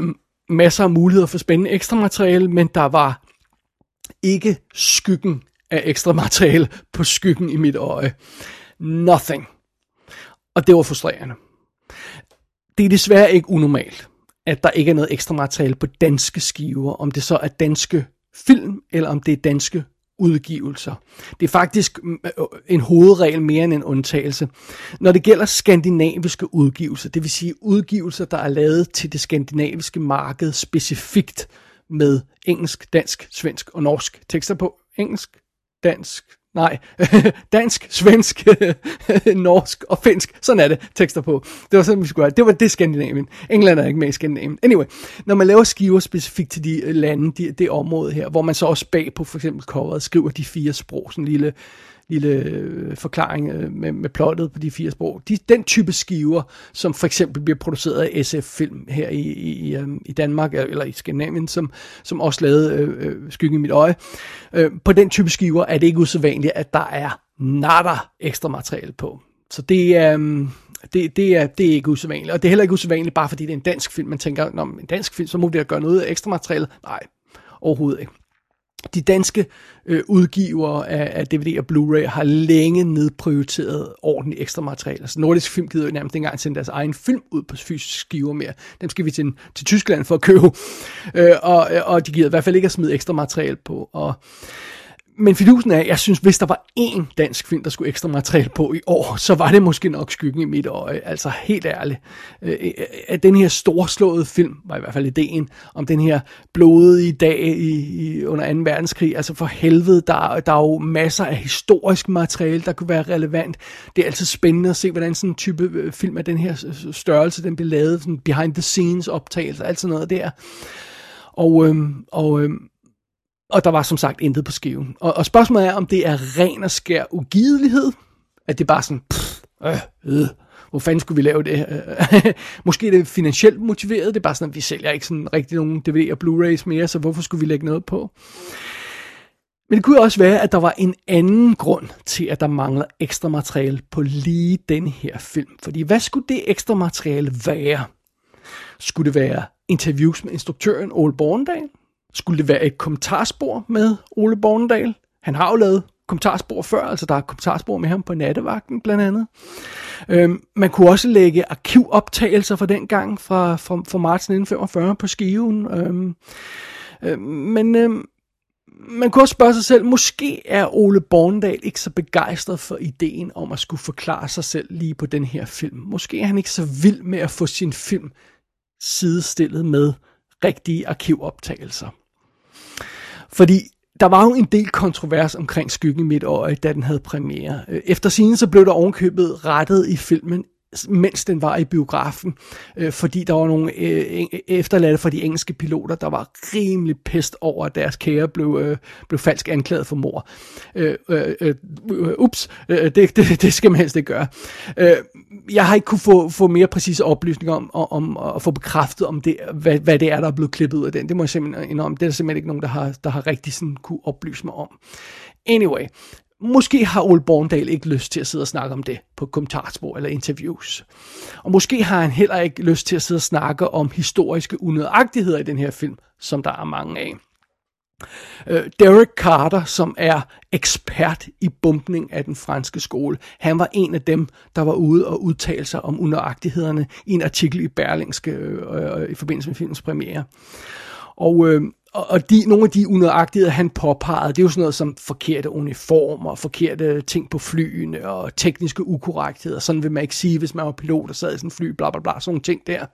masser af muligheder for spændende ekstra materiale, men der var ikke skyggen af ekstra materiale på skyggen i mit øje. Nothing. Og det var frustrerende. Det er desværre ikke unormalt, at der ikke er noget ekstra materiale på danske skiver, om det så er danske film, eller om det er danske udgivelser. Det er faktisk en hovedregel mere end en undtagelse. Når det gælder skandinaviske udgivelser, det vil sige udgivelser, der er lavet til det skandinaviske marked specifikt med engelsk, dansk, svensk og norsk tekster på. Engelsk, dansk, dansk, svensk, norsk og finsk. Sådan er det, tekster på. Det var sådan, vi skulle have. Det var det Skandinavien. England er ikke med i Skandinavien. Anyway, når man laver skiver specifikt til de lande, det område her, hvor man så også bag på for eksempel coveret skriver de 4 sprog, sådan en lille forklaring med plottet på de 4 sprog. Den type skiver, som for eksempel bliver produceret af SF Film her i Danmark, eller i Skandinavien, som også lavede Skyggen i mit øje. På den type skiver er det ikke usædvanligt, at der er natter ekstra materiale på. Så det er ikke usædvanligt. Og det er heller ikke usædvanligt, bare fordi det er en dansk film. Man tænker, når en dansk film, så må det gøre noget af ekstra materiale. Nej, overhovedet ikke. De danske udgivere af DVD og Blu-ray har længe nedprioriteret ordentligt ekstra materiale. Altså Nordisk Film gider jo nærmest ikke engang sende deres egen film ud på fysisk skiver mere. Dem skal vi til Tyskland for at købe. Og de gider i hvert fald ikke at smide ekstra materiale på. Men fidusen er, jeg synes, hvis der var én dansk film, der skulle ekstra materiale på i år, så var det måske nok Skyggen i mit øje. Altså helt ærligt. At den her storslåede film, var i hvert fald ideen, om den her blodige dag under 2. verdenskrig, altså for helvede, der er jo masser af historisk materiale, der kunne være relevant. Det er altid spændende at se, hvordan sådan en type film af den her størrelse, den bliver lavet, sådan behind the scenes optagelser, alt sådan noget der. Og der var som sagt intet på skiven. Og spørgsmålet er, om det er ren og skær ugidelighed, at det er bare sådan, hvor fanden skulle vi lave det? Måske er det finansielt motiveret, det er bare sådan, at vi sælger ikke sådan rigtig nogen DVD og Blu-rays mere, så hvorfor skulle vi lægge noget på? Men det kunne også være, at der var en anden grund til, at der mangler ekstra materiale på lige den her film. Fordi hvad skulle det ekstra materiale være? Skulle det være interviews med instruktøren Ole Bornedal? Skulle det være et kommentarspor med Ole Bornedal? Han har jo lavet kommentarspor før, altså der er kommentarspor med ham på Nattevagten blandt andet. Man kunne også lægge arkivoptagelser fra den gang, fra marts 1945 på skiven. Men man kunne også spørge sig selv, måske er Ole Bornedal ikke så begejstret for ideen om at skulle forklare sig selv lige på den her film. Måske er han ikke så vild med at få sin film sidestillet med rigtige arkivoptagelser. Fordi der var jo en del kontrovers omkring Skyggen i mit øje, da den havde premiere. Efter sigende så blev der ovenkøbet rettet i filmen, mens den var i biografen, fordi der var nogle efterladte fra de engelske piloter, der var rimelig pest over, at deres kære blev falsk anklaget for mord. Det skal man helst ikke gøre. Jeg har ikke kunne få mere præcise oplysninger om at få bekræftet om det, hvad det er, der er blevet klippet ud af den. Det må jeg simpelthen indrømme. Det er der simpelthen ikke nogen, der har rigtig sådan kunne oplyse mig om. Anyway, måske har Ole Bornedal ikke lyst til at sidde og snakke om det på kommentarspor eller interviews. Og måske har han heller ikke lyst til at sidde og snakke om historiske unødagtigheder i den her film, som der er mange af. Derek Carter, som er ekspert i bombning af den franske skole, han var en af dem, der var ude og udtale sig om unødagtighederne i en artikel i Berlingske i forbindelse med filmens premiere. Og nogle af de unødagtigheder, han påpegede, det er jo sådan noget som forkerte uniformer, forkerte ting på flyene og tekniske ukorrektheder. Sådan vil man ikke sige, hvis man var pilot og sad i sådan en fly, bla bla bla, sådan nogle ting der.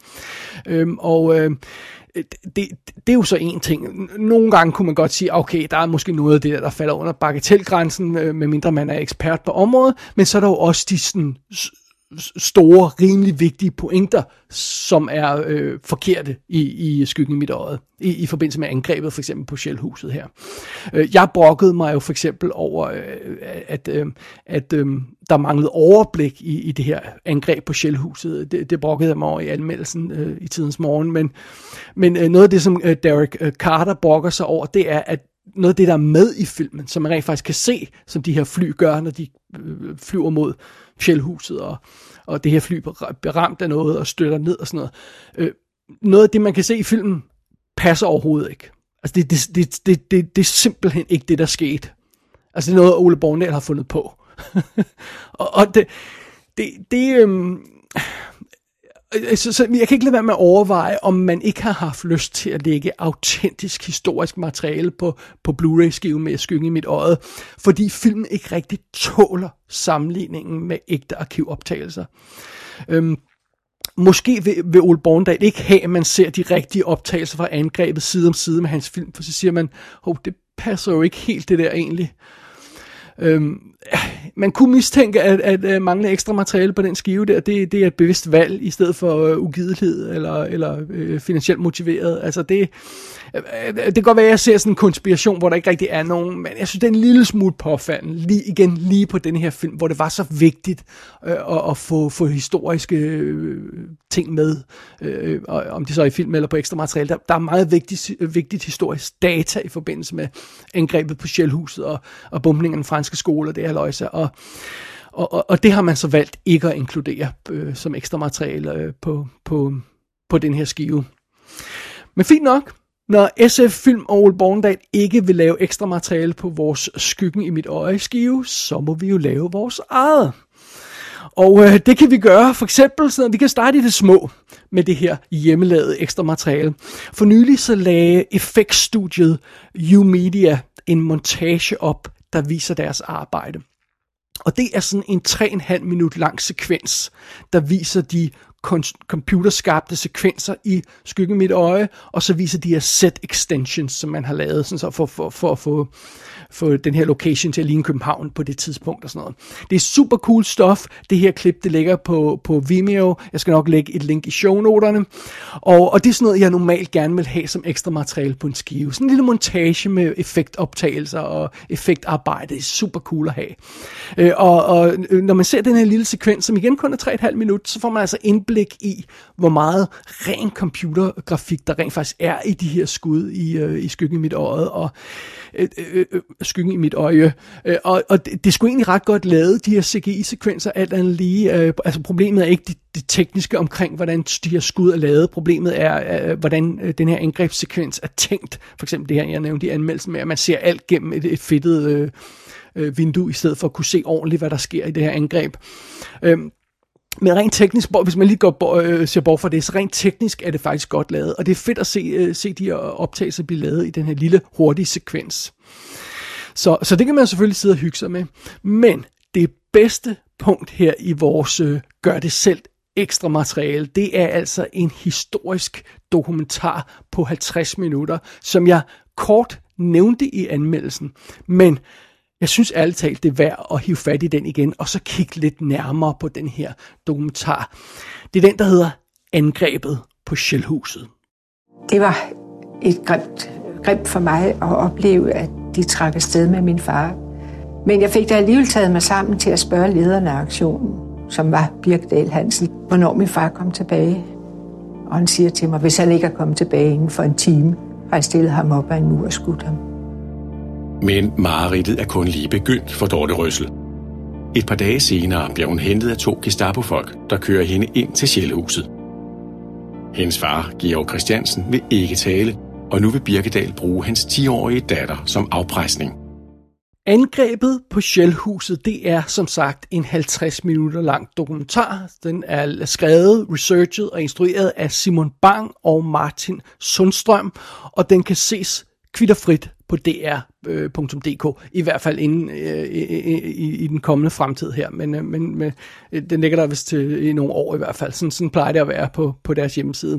Det er jo så en ting. Nogle gange kunne man godt sige, okay, der er måske noget af det, der falder under bagatelgrænsen, medmindre man er ekspert på området, men så er der jo også de sådan store, rimelig vigtige pointer, som er forkerte i Skyggen i mit øje, i forbindelse med angrebet for eksempel på Shell-huset her. Jeg brokkede mig jo for eksempel over, at der manglede overblik i det her angreb på Shell-huset. Det brokkede jeg mig over i anmeldelsen i tidens morgen, men noget af det, som Derek Carter brokker sig over, det er, at noget af det, der er med i filmen, som man rent faktisk kan se, som de her fly gør, når de flyver mod Shell-huset, og det her fly bliver ramt af noget og støtter ned og sådan noget. Noget af det, man kan se i filmen, passer overhovedet ikke. Altså, det er simpelthen ikke det, der skete. Altså, det er noget, Ole Bornedal har fundet på. og så jeg kan ikke lade være med at overveje, om man ikke har haft lyst til at lægge autentisk historisk materiale på Blu-ray-skiven med Skyggen i mit øje, fordi filmen ikke rigtig tåler sammenligningen med ægte arkivoptagelser. Måske vil Ole Bornedal ikke have, at man ser de rigtige optagelser fra angrebet side om side med hans film, for så siger man, det passer jo ikke helt det der egentlig. Man kunne mistænke, at manglende ekstra materiale på den skive der, det er et bevidst valg, i stedet for ugidelighed eller finansielt motiveret. Altså det kan godt være, at jeg ser sådan en konspiration, hvor der ikke rigtig er nogen, men jeg synes, det er en lille smule påfaldende, lige på den her film, hvor det var så vigtigt at få historiske ting med, om det så er i film eller på ekstra materiale. Der er meget vigtigt historisk data i forbindelse med angrebet på Shellhuset og bombningen af den franske skole og det her løjse, og det har man så valgt ikke at inkludere som ekstra materiale på den her skive. Men fint nok, når SF Film og Ole Bornedal ikke vil lave ekstra materiale på vores Skyggen i mit øje skive, så må vi jo lave vores eget. Og det kan vi gøre, for eksempel, så vi kan starte i det små med det her hjemmelavede ekstra materiale. For nylig så lagde effektstudiet U-Media en montage op, der viser deres arbejde. Og det er sådan en 3,5 minut lang sekvens, der viser de computerskabte sekvenser i Skyggen i mit øje, og så viser de her set extensions, som man har lavet sådan så for at få den her location til at ligne København på det tidspunkt og sådan noget. Det er super cool stuff. Det her klip, det ligger på Vimeo. Jeg skal nok lægge et link i shownoterne. Og det er sådan noget, jeg normalt gerne vil have som ekstra materiale på en skive. Sådan en lille montage med effektoptagelser og effektarbejde. Det er super cool at have. Og når man ser den her lille sekvens, som igen kun er 3,5 minutter, så får man altså indblik i, hvor meget ren computergrafik, der rent faktisk er i de her skud i Skyggen i mit øje. Og Skyggen i mit øje. Og det er sgu egentlig ret godt lavet, de her CGI-sekvenser, alt andet lige. Altså problemet er ikke det tekniske omkring, hvordan de her skud er lavet. Problemet er, hvordan den her angrebssekvens er tænkt. For eksempel det her, jeg nævnte i anmeldelsen med, at man ser alt gennem et fedtet vindue, i stedet for at kunne se ordentligt, hvad der sker i det her angreb. Men rent teknisk, hvis man lige ser bort fra det, så rent teknisk er det faktisk godt lavet. Og det er fedt at se de her optagelser blive lavet i den her lille, hurtige sekvens. Så det kan man selvfølgelig sidde og hygge sig med. Men det bedste punkt her i vores gør det selv ekstra materiale, det er altså en historisk dokumentar på 50 minutter, som jeg kort nævnte i anmeldelsen. Men jeg synes ærligt talt, det er værd at hive fat i den igen, og så kigge lidt nærmere på den her dokumentar. Det er den, der hedder Angrebet på Shellhuset. Det var et grimt for mig at opleve, at de trak afsted med min far. Men jeg fik da alligevel taget mig sammen til at spørge lederen af aktionen, som var Birkedal Hansen, hvornår min far kom tilbage. Og han siger til mig, hvis han ikke er kommet tilbage inden for en time, har jeg stillet ham op ad en mur og skudt ham. Men mareridtet er kun lige begyndt for Dorte Røssel. Et par dage senere bliver hun hentet af 2 Gestapo-folk, der kører hende ind til Shellhuset. Hendes far, Georg Christiansen, vil ikke tale, og nu vil Birkedal bruge hans 10-årige datter som afpresning. Angrebet på Shellhuset, det er som sagt en 50 minutter lang dokumentar. Den er skrevet, researchet og instrueret af Simon Bang og Martin Sundstrøm, og den kan ses kvitterfrit på dr.dk, i hvert fald inden i den kommende fremtid her, men den ligger der vist til i nogle år i hvert fald. Sådan plejer det at være på deres hjemmeside.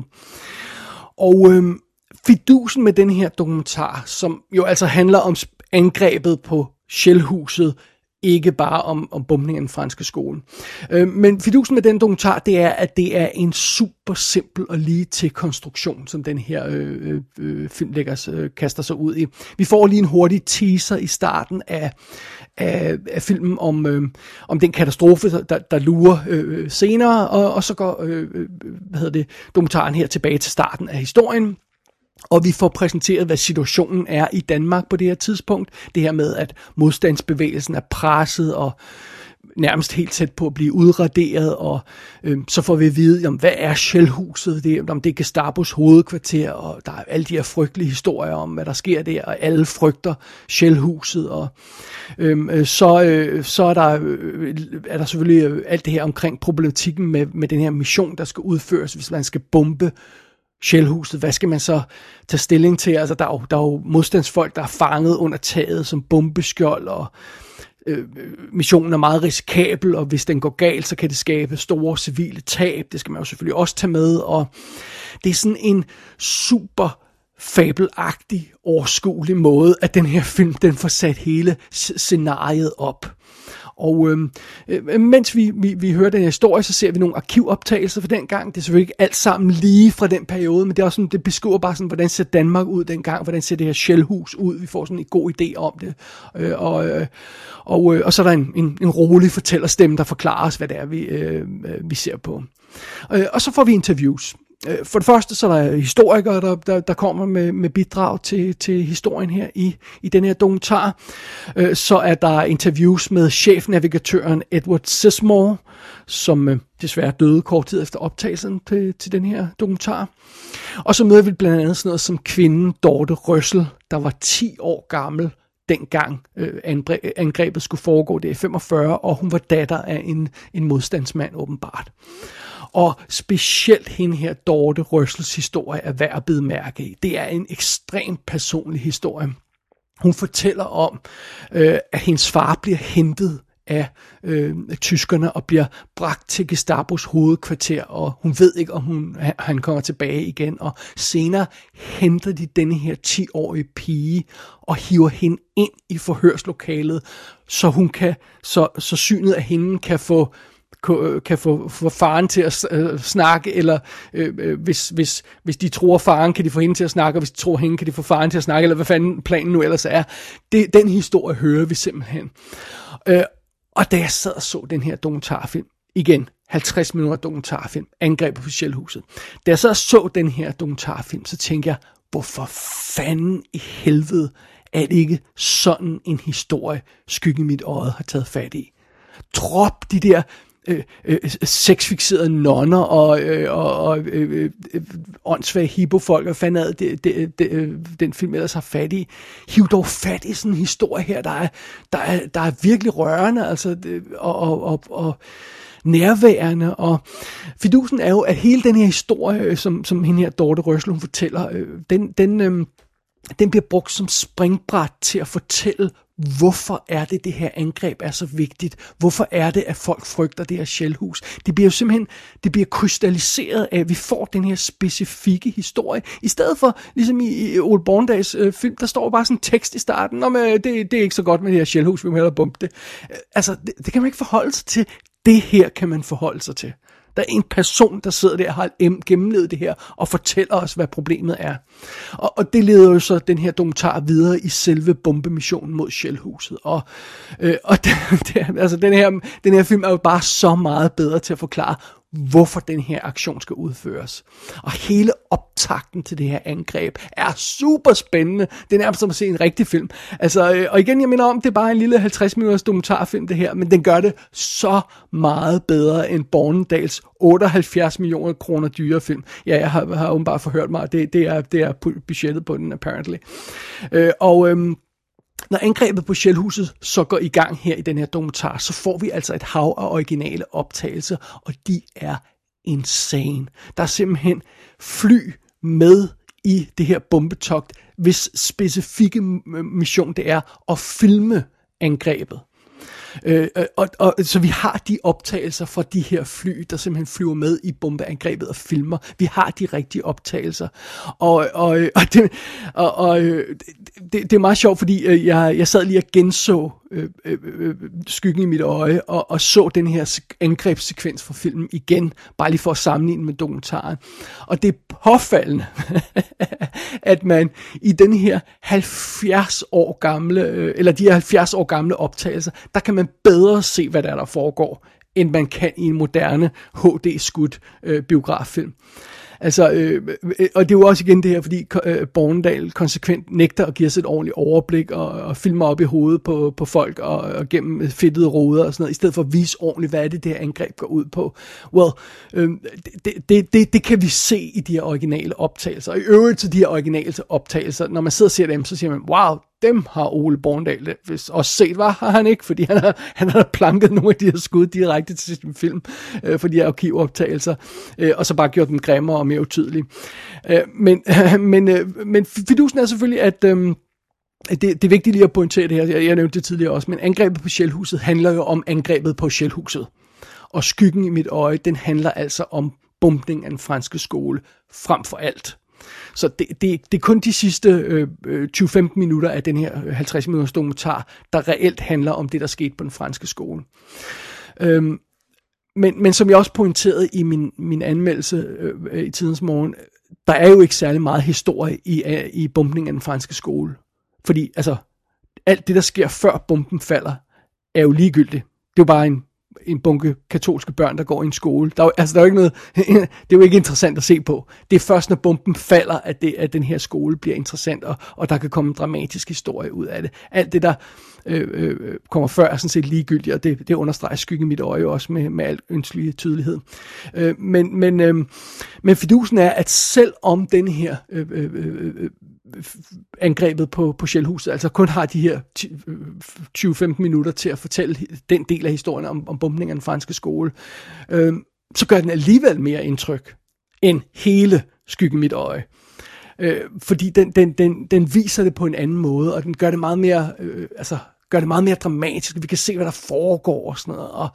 Og fidusen med den her dokumentar, som jo altså handler om angrebet på Shellhuset, ikke bare om bombningen af den franske skole. Men fidusen med den dokumentar, det er, at det er en super simpel og lige til konstruktion, som den her filmlægger kaster sig ud i. Vi får lige en hurtig teaser i starten af filmen om den katastrofe, der lurer senere, og så går dokumentaren her tilbage til starten af historien. Og vi får præsenteret, hvad situationen er i Danmark på det her tidspunkt. Det her med, at modstandsbevægelsen er presset, og nærmest helt tæt på at blive udraderet, og så får vi at vide, hvad er Shellhuset, om det er Gestapos hovedkvarter, og der er alle de her frygtelige historier om, hvad der sker der, og alle frygter Shellhuset, og så er der selvfølgelig alt det her omkring problematikken med den her mission, der skal udføres, hvis man skal bombe Shellhuset. Hvad skal man så tage stilling til? Altså, der er jo modstandsfolk, der er fanget under taget som bombeskjold, og missionen er meget risikabel, og hvis den går galt, så kan det skabe store civile tab. Det skal man jo selvfølgelig også tage med, og det er sådan en super fabelagtig, overskuelig måde, at den her film, den får sat hele scenariet op. Og mens vi hører den her historie, så ser vi nogle arkivoptagelser for den gang. Det er selvfølgelig ikke alt sammen lige fra den periode, men det er også sådan, det beskriver bare sådan, hvordan ser Danmark ud dengang, hvordan ser det her Shellhus ud. Vi får sådan en god idé om det. Og så er der en rolig fortællerstemme, der forklarer os, hvad det er, vi ser på. Og så får vi interviews. For det første, så er der historikere, der kommer med bidrag til historien her i den her dokumentar. Så er der interviews med chefnavigatøren Edward Sismore, som desværre døde kort tid efter optagelsen til den her dokumentar. Og så møder vi blandt andet sådan noget som kvinden Dorte Røssel, der var 10 år gammel dengang angrebet skulle foregå. Det er 45, og hun var datter af en modstandsmand åbenbart. Og specielt hende her, Dorte Røssels historie, er værd at bide mærke i. Det er en ekstremt personlig historie. Hun fortæller om, at hendes far bliver hentet af tyskerne og bliver bragt til Gestapos hovedkvarter, og hun ved ikke, om han kommer tilbage igen. Og senere henter de denne her 10-årige pige og hiver hende ind i forhørslokalet, så hun kan, så synet af hende kan få faren til at snakke, eller hvis de tror faren, kan de få hende til at snakke, og hvis de tror hende, kan de få faren til at snakke, eller hvad fanden planen nu ellers er. Den historie hører vi simpelthen. Og da jeg sad og så den her dokumentarfilm, igen, 50 minutter dokumentarfilm, Angrebet på Shellhuset. Da jeg sad og så den her dokumentarfilm, så tænkte jeg, hvorfor fanden i helvede er det ikke sådan en historie, Skyggen i mit øje har taget fat i? Drop de der sexfixerede nonner og åndssvage hippofolk, og fanden ad den film ellers har fat i. Hiv dog fat i sådan en historie her, der er virkelig rørende, altså, og nærværende, og fidusen er jo, at hele den her historie, som hende her Dorte Røssel, hun fortæller, den bliver brugt som springbræt til at fortælle, hvorfor er det her angreb er så vigtigt? Hvorfor er det, at folk frygter det her Shellhus? Det bliver jo simpelthen, det bliver krystalliseret af, at vi får den her specifikke historie. I stedet for, ligesom i Ole Bornedals film, der står bare sådan en tekst i starten, det er ikke så godt med det her Shellhus, vi må hellere bombe det. Altså, det kan man ikke forholde sig til. Det her kan man forholde sig til. Der er en person, der sidder der og har gennemlevet det her, og fortæller os, hvad problemet er. Og det leder jo så den her dokumentar videre i selve bombemissionen mod Shellhuset. Og altså den her film er jo bare så meget bedre til at forklare, hvorfor den her aktion skal udføres. Og hele optakten til det her angreb er super spændende. Det er nærmest som at se en rigtig film. Altså, og igen, jeg minder om, det er bare en lille 50 minutters dokumentarfilm det her, men den gør det så meget bedre end Bornedals 78 millioner kroner dyre film. Ja, jeg har åbenbart forhørt mig, det er budgettet på den, apparently. Når angrebet på Shellhuset så går i gang her i den her dokumentar, så får vi altså et hav af originale optagelser, og de er insane. Der er simpelthen fly med i det her bombetogt, hvis specifikke mission det er at filme angrebet. Så vi har de optagelser fra de her fly, der simpelthen flyver med i bombeangrebet og filmer. Vi har de rigtige optagelser. Det er meget sjovt, fordi jeg sad lige og genså Skyggen i mit øje, og så den her angrebssekvens fra filmen igen, bare lige for at sammenligne med dokumentaren. Og det er påfaldende, at man i den her 70 år gamle, eller de her 70 år gamle optagelser, der kan man bedre se, hvad der foregår, end man kan i en moderne HD-skudt biograffilm. Altså, og det er jo også igen det her, fordi Bornedal konsekvent nægter at give os et ordentligt overblik og filmer op i hovedet på folk og gennem fedtede ruder og sådan noget, i stedet for at vise ordentligt, hvad er det her angreb går ud på. Well, det kan vi se i de her originale optagelser. Og i øvrigt til de her originale optagelser, når man sidder og ser dem, så siger man, wow, dem har Ole Bornedal også set, har han ikke? Fordi han har planket nogle af de her skud direkte til sin film, for de her arkivoptagelser, og så bare gjort dem grimmere og mere utydelige. Men fidusen er selvfølgelig, at det er vigtigt lige at pointere det her, jeg nævnte det tidligere også, men angrebet på Shellhuset handler jo om angrebet på Shellhuset. Og Skyggen i mit øje, den handler altså om bombning af den franske skole, frem for alt. Så det er kun de sidste 20-15 minutter af den her 50 minutters dokumentar, der reelt handler om det, der skete på den franske skole. Men som jeg også pointerede i min anmeldelse i Tidens Morgen, der er jo ikke særlig meget historie i bombningen af den franske skole. Fordi altså, alt det, der sker før bomben falder, er jo ligegyldigt. Det er jo bare en bunke katolske børn, der går i en skole. Der er jo ikke noget, det er jo ikke interessant at se på. Det er først, når bomben falder, at den her skole bliver interessant, og der kan komme en dramatisk historie ud af det. Alt det, der kommer før, er sådan set ligegyldigt, og det understreger Skyggen i mit øje også med al ønskelig tydelighed. Men fidusen er, at selv om den her angrebet på Shellhuset altså kun har de her 20-15 minutter til at fortælle den del af historien om bombningen af den franske skole, så gør den alligevel mere indtryk end hele Skyggen i mit øje. Fordi den viser det på en anden måde, og den gør det meget mere, gør det meget mere dramatisk. Vi kan se, hvad der foregår og sådan noget. Og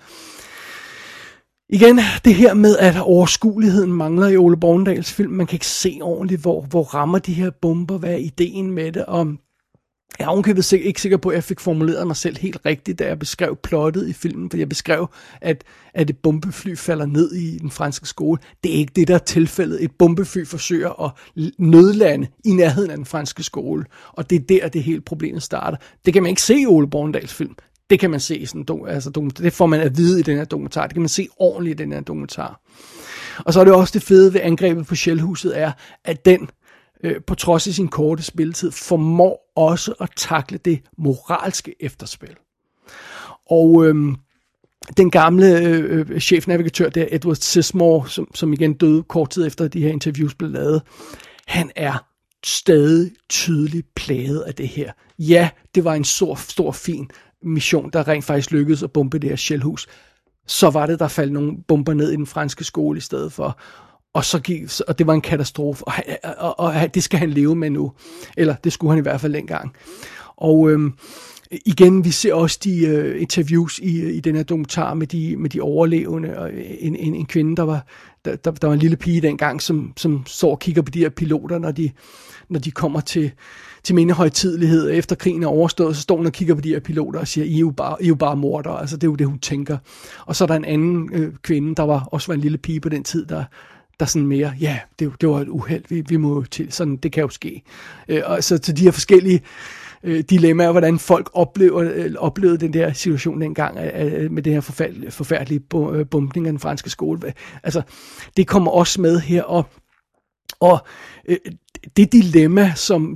igen, det her med, at overskueligheden mangler i Ole Bornedals film. Man kan ikke se ordentligt, hvor rammer de her bomber, hvad er ideen med det. Og jeg er ovenkøbet ikke sikker på, at jeg fik formuleret mig selv helt rigtigt, da jeg beskrev plottet i filmen. For jeg beskrev, at et bombefly falder ned i den franske skole. Det er ikke det, der er tilfældet. Et bombefly forsøger at nødlande i nærheden af den franske skole. Og det er der, det hele problemet starter. Det kan man ikke se i Ole Bornedals film. Det kan man se i sådan det får man at vide i den her dokumentar. Det kan man se ordentligt i den her dokumentar. Og så er det også det fede ved angrebet på Shellhuset er, at den på trods af sin korte spilletid formår også at takle det moralske efterspil. Og den gamle chefnavigatør der, Edward Sismore, som igen døde kort tid efter de her interviews blev lavet, han er stadig tydeligt plaget af det her. Ja, det var en stor fin mission, der rent faktisk lykkedes at bombe det her Shellhus. Så var det, der faldt nogle bomber ned i den franske skole i stedet for. Og det var en katastrofe, og det skal han leve med nu. Eller det skulle han i hvert fald dengang. Og igen, vi ser også de interviews i den her dokumentar med de overlevende, og en kvinde, der var en lille pige dengang, som står og kigger på de her piloter, når de kommer til mindehøjtidelighed efter krigen er overstået, så står hun og kigger på de her piloter og siger, I er jo bare mordere. Altså det er jo det, hun tænker. Og så er der en anden kvinde, der også var en lille pige på den tid, der sådan mere, ja, det var et uheld, vi må til, sådan, det kan jo ske. Og så til de her forskellige dilemmaer, hvordan folk oplevede den der situation dengang med det her forfærdelige bombning af den franske skole. Altså, det kommer også med her, og det dilemma, som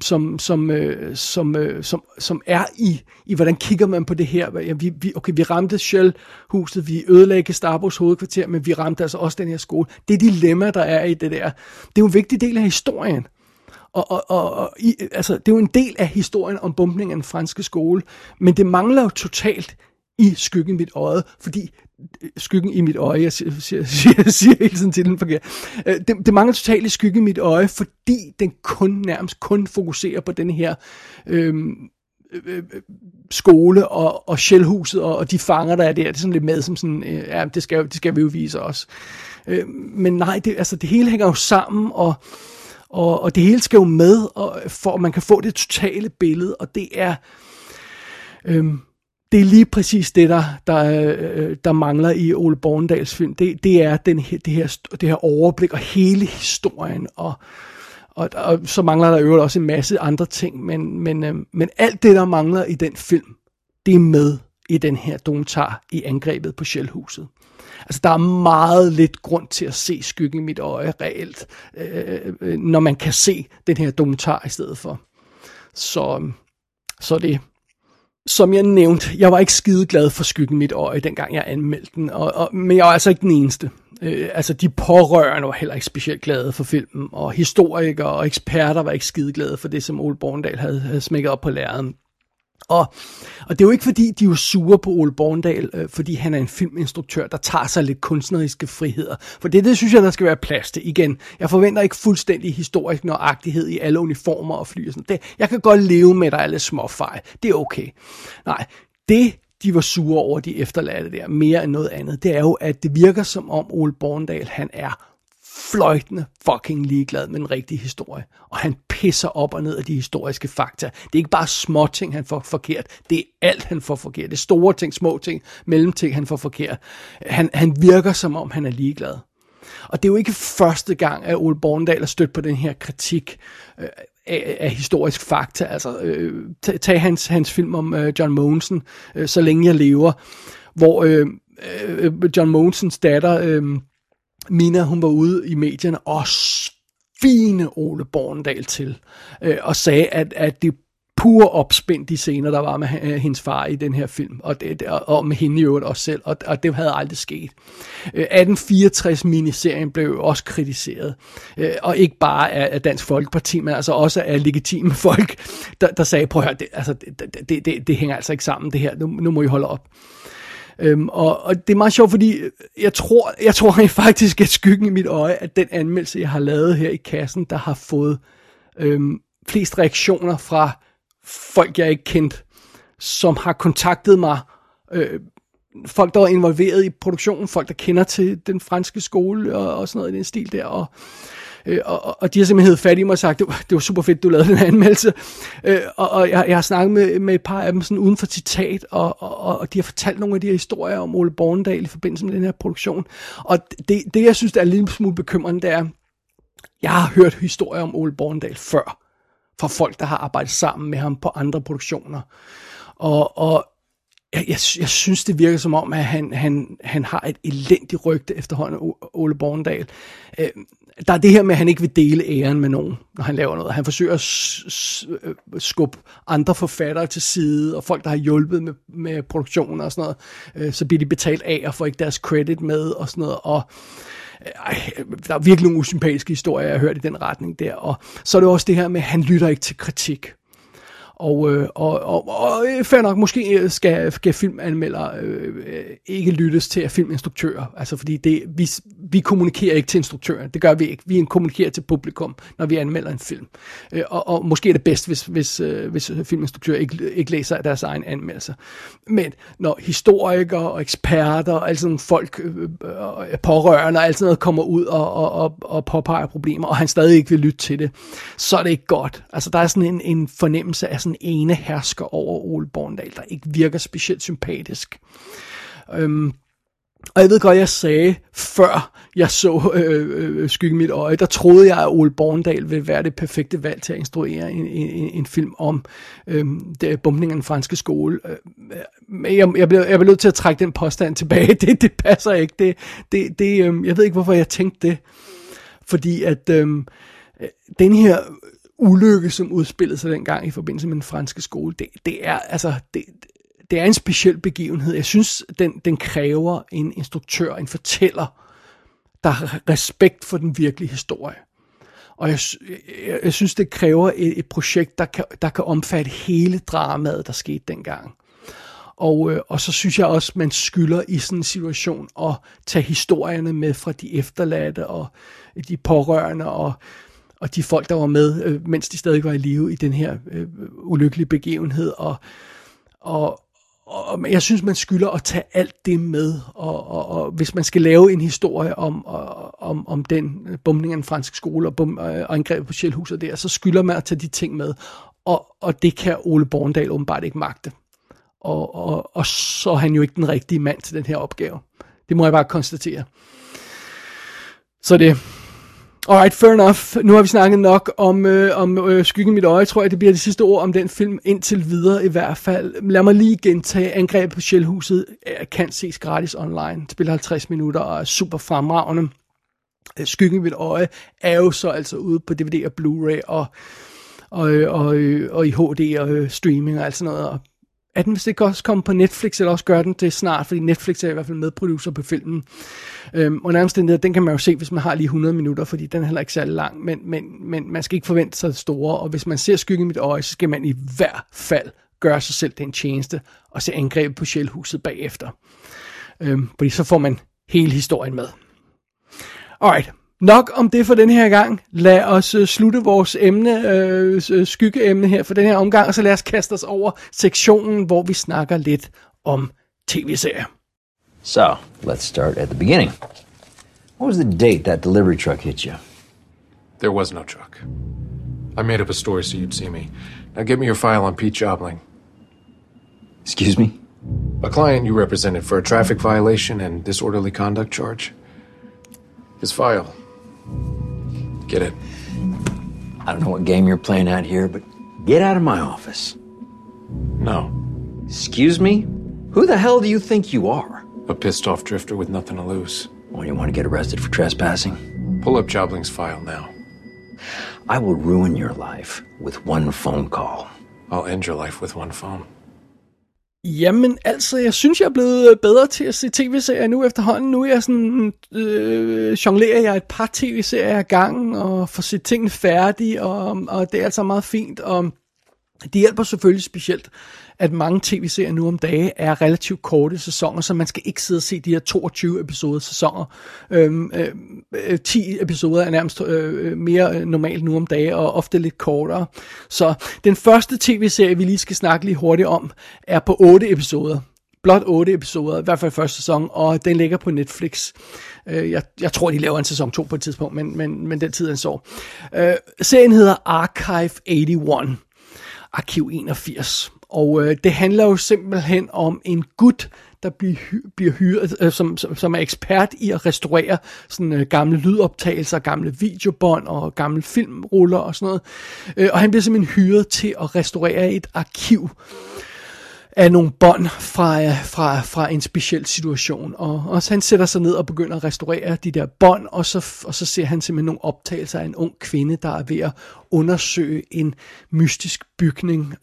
er i hvordan kigger man på det her. Vi ramte Shellhuset, vi ødelagde Gestapos hovedkvarter, men vi ramte altså også den her skole. Det dilemma, der er i det der, det er jo en vigtig del af historien. Altså, det er jo en del af historien om bombningen af den franske skole, men det mangler jo totalt i Skyggen i mit øje, fordi Skyggen i mit øje, jeg siger hele tiden til den forkert. Det mangler totalt i Skyggen i mit øje, fordi den nærmest kun fokuserer på den her skole og Shellhuset og de fanger, der er der. Det er sådan lidt med som sådan, ja, det skal vi jo vise os. Men nej, det hele hænger jo sammen, og det hele skal jo med, for at man kan få det totale billede, og det er lige præcis det, der mangler i Ole Bornedals film. Det er det her overblik og hele historien, og så mangler der jo også en masse andre ting, men alt det, der mangler i den film, det er med i den her dokumentar i angrebet på Shellhuset. Altså, der er meget lidt grund til at se Skyggen i mit øje reelt, når man kan se den her dokumentar i stedet for. Så det. Som jeg nævnte, jeg var ikke skide glad for Skyggen i mit øje, dengang jeg anmeldte den, men jeg var altså ikke den eneste. Altså, de pårørende var heller ikke specielt glade for filmen, og historikere og eksperter var ikke skide glade for det, som Ole Bornedal havde smækket op på lærredet. Og det er jo ikke fordi, de er jo sure på Ole Bornedal, fordi han er en filminstruktør, der tager sig lidt kunstneriske friheder. For det synes jeg, der skal være plads til. Igen, jeg forventer ikke fuldstændig historisk nøjagtighed i alle uniformer og fly og sådan. Jeg kan godt leve med, at der er lidt småfejl. Det er okay. Nej, det de var sure over, de efterladte der, mere end noget andet, det er jo, at det virker som om Ole Bornedal, han er fløjtende fucking ligeglad med den rigtige historie. Og han pisser op og ned af de historiske fakta. Det er ikke bare små ting, han får forkert. Det er alt, han får forkert. Det er store ting, små ting, mellemting, han får forkert. Han virker som om, han er ligeglad. Og det er jo ikke første gang, at Ole Bornedal er stødt på den her kritik af historisk fakta. Altså, tag hans film om John Mogensen, Så længe jeg lever, hvor John Mogensens datter Mina, hun var ude i medierne og svine Ole Bornedal til, og sagde, at det pure opspind, de scener, der var med hendes far i den her film, og med hende i øvrigt også selv, og det havde aldrig sket. 1864-miniserien blev også kritiseret, og ikke bare af Dansk Folkeparti, men altså også af legitime folk, der sagde, prøv at høre, det hænger altså ikke sammen, det her, nu må I holde op. Og det er meget sjovt, fordi jeg tror faktisk, at Skyggen i mit øje, at den anmeldelse, jeg har lavet her i kassen, der har fået flest reaktioner fra folk, jeg ikke kendt, som har kontaktet mig. Folk, der var involveret i produktionen, folk, der kender til den franske skole og sådan noget i den stil der, og de har simpelthen fat i mig og sagt, det var super fedt, du lavede den her anmeldelse. Og jeg har snakket med et par af dem sådan uden for citat, og de har fortalt nogle af de her historier om Ole Bornedal i forbindelse med den her produktion. Og det jeg synes, der er en lille smule bekymrende, det er, jeg har hørt historier om Ole Bornedal før, fra folk, der har arbejdet sammen med ham på andre produktioner. Og jeg synes, det virker som om, at han har et elendigt rygte efterhånden, Ole Bornedal. Der er det her med, at han ikke vil dele æren med nogen, når han laver noget. Han forsøger at skubbe andre forfattere til side, og folk, der har hjulpet med produktionen og sådan noget, så bliver de betalt af og får ikke deres credit med og sådan noget. Og der er virkelig nogle usympatiske historier, jeg har hørt i den retning der. Og så er det også det her med, at han lytter ikke til kritik. Og fair nok, måske skal filmanmeldere ikke lyttes til af filminstruktører, altså fordi vi kommunikerer ikke til instruktøren, det gør vi ikke, vi kommunikerer til publikum, når vi anmelder en film, og måske er det bedst, hvis filminstruktører ikke læser deres egen anmeldelser, men når historikere og eksperter og alle sådan folk, pårørende og alt sådan noget kommer ud og påpeger problemer, og han stadig ikke vil lytte til det, så er det ikke godt. Altså der er sådan en fornemmelse af sådan ene hersker over Ole Bornedal, der ikke virker specielt sympatisk. Og jeg ved godt, jeg sagde, før jeg så Skyggen i mit øje, der troede jeg, at Ole Bornedal ville være det perfekte valg til at instruere en film om bombningen af den franske skole. Men jeg blev nødt til at trække den påstand tilbage. Det passer ikke. Jeg ved ikke, hvorfor jeg tænkte det. Fordi at den her ulykke, som udspillede sig dengang i forbindelse med den franske skole, det er en speciel begivenhed. Jeg synes, den kræver en instruktør, en fortæller, der har respekt for den virkelige historie. Og jeg synes, det kræver et projekt, der kan omfatte hele dramaet, der skete dengang. Og så synes jeg også, man skylder i sådan en situation at tage historierne med fra de efterladte og de pårørende og de folk, der var med, mens de stadig var i live i den her ulykkelige begivenhed. Og jeg synes, man skylder at tage alt det med. Og hvis man skal lave en historie om den bombning af den franske skole og angrebet på Shellhuset der, så skylder man at tage de ting med. Og det kan Ole Bornedal åbenbart ikke magte. Og så er han jo ikke den rigtige mand til den her opgave. Det må jeg bare konstatere. Så det... Alright, fair enough. Nu har vi snakket nok om Skyggen i mit øje, tror jeg, det bliver det sidste ord om den film, indtil videre i hvert fald. Lad mig lige gentage, Angrebet på Shellhuset kan ses gratis online. Det spiller 50 minutter og er super fremragende. Skyggen i mit øje er jo så altså ude på DVD og Blu-ray og i HD og streaming og alt sådan noget. Og er den vist ikke også komme på Netflix, eller også gør den det snart, fordi Netflix er i hvert fald medproducer på filmen. Og nærmest den kan man jo se, hvis man har lige 100 minutter, fordi den er heller ikke særlig lang, men man skal ikke forvente sig store, og hvis man ser Skyggen i mit øje, så skal man i hvert fald gøre sig selv den tjeneste, og se Angrebet på Shellhuset bagefter. Fordi så får man hele historien med. Alright. Nok om det for den her gang. Lad os slutte vores skyggeemne her for den her omgang, og så lad os kaste os over sektionen, hvor vi snakker lidt om tv-serier. So, let's start at the beginning. What was the date that delivery truck hit you? There was no truck. I made up a story so you'd see me. Now get me your file on Pete Jobling. Excuse me? A client you represented for a traffic violation and disorderly conduct charge. His file. Get it. I don't know what game you're playing at here, but get out of my office. No. Excuse me? Who the hell do you think you are? A pissed off drifter with nothing to lose. Well, you want to get arrested for trespassing? Pull up Jobling's file now. I will ruin your life with one phone call. I'll end your life with one phone. Jamen, altså, jeg synes, jeg er blevet bedre til at se tv-serier nu efterhånden. Nu er jeg sådan, jonglerer jeg et par tv-serier ad gangen, og får set tingene færdige, og det er altså meget fint, og det hjælper selvfølgelig specielt, at mange tv-serier nu om dage er relativt korte sæsoner, så man skal ikke sidde og se de her 22 episoder sæsoner. 10 episoder er nærmest mere normalt nu om dage, og ofte lidt kortere. Så den første tv-serie, vi lige skal snakke lige hurtigt om, er på 8 episoder. Blot 8 episoder, i hvert fald første sæson, og den ligger på Netflix. Jeg tror, de laver en sæson 2 på et tidspunkt, men den tid er så. Serien hedder Archive 81. Arkiv 81. Og det handler jo simpelthen om en gut, der bliver hyret, som er ekspert i at restaurere sådan gamle lydoptagelser, gamle videobånd og gamle filmruller og sådan noget. Og han bliver simpelthen hyret til at restaurere et arkiv af nogle bånd fra en speciel situation. Og så han sætter sig ned og begynder at restaurere de der bånd, og så ser han simpelthen nogle optagelser af en ung kvinde, der er ved at undersøge en mystisk bygning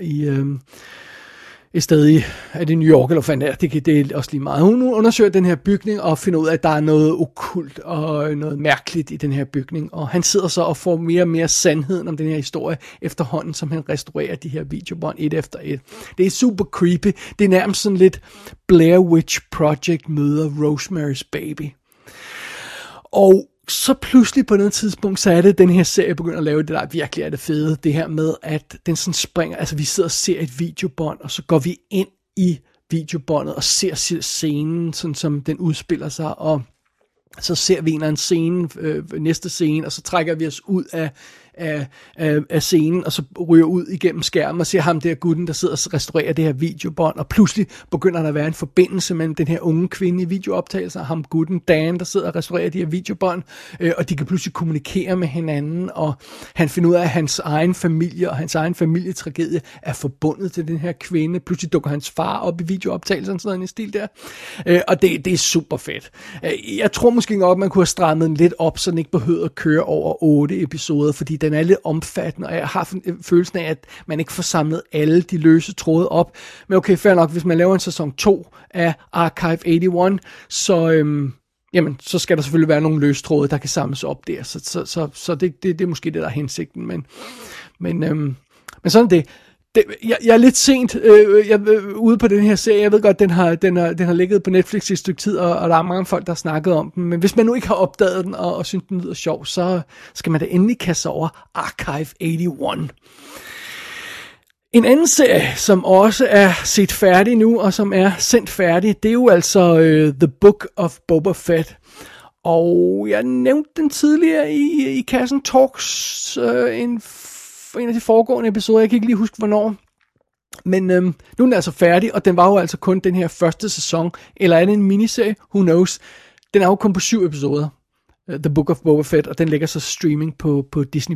i stedet er det New York, eller hvad det er også lige meget. Hun undersøger den her bygning og finder ud af, at der er noget okkult og noget mærkeligt i den her bygning. Og han sidder så og får mere og mere sandheden om den her historie efterhånden, som han restaurerer de her videobånd et efter et. Det er super creepy. Det er nærmest sådan lidt Blair Witch Project møder Rosemary's Baby. Og så pludselig på noget tidspunkt, så er det, den her serie begynder at lave det, der virkelig er det fede. Det her med, at den sådan springer, altså vi sidder og ser et videobånd, og så går vi ind i videobåndet og ser scenen, sådan som den udspiller sig, og så ser vi en eller anden scene, næste scene, og så trækker vi os ud af scenen, og så ryger ud igennem skærmen og ser ham der gutten, der sidder og restaurerer det her videobånd, og pludselig begynder der at være en forbindelse mellem den her unge kvinde i videooptagelser, og ham gutten Dan, der sidder og restaurerer de her videobånd, og de kan pludselig kommunikere med hinanden, og han finder ud af, at hans egen familie og hans egen familietragedie er forbundet til den her kvinde. Pludselig dukker hans far op i videooptagelserne, sådan en stil der, og det er super fedt. Jeg tror måske godt, man kunne have strammet den lidt op, så den ikke behøvede at køre over 8 episoder, fordi den er lidt omfattende, og jeg har følelsen af, at man ikke får samlet alle de løse tråde op. Men okay, fair nok, hvis man laver en sæson 2 af Archive 81, så skal der selvfølgelig være nogle løse tråde, der kan samles op der. Så det er måske det, der er hensigten. Men sådan det. Jeg er lidt sent ude på den her serie. Jeg ved godt, den har ligget på Netflix i et stykke tid, og der er mange folk, der har snakket om den. Men hvis man nu ikke har opdaget den, og synes, den lyder sjov, så skal man da endelig kaste sig over Archive 81. En anden serie, som også er set færdig nu, og som er sendt færdig, det er jo altså The Book of Boba Fett. Og jeg nævnte den tidligere i Kassen Talks, en af de foregående episoder, jeg kan ikke lige huske hvornår, men nu er den altså færdig, og den var jo altså kun den her første sæson, eller er det en miniserie? Who knows? Den er jo kun på 7 episoder, The Book of Boba Fett, og den ligger så streaming på Disney+.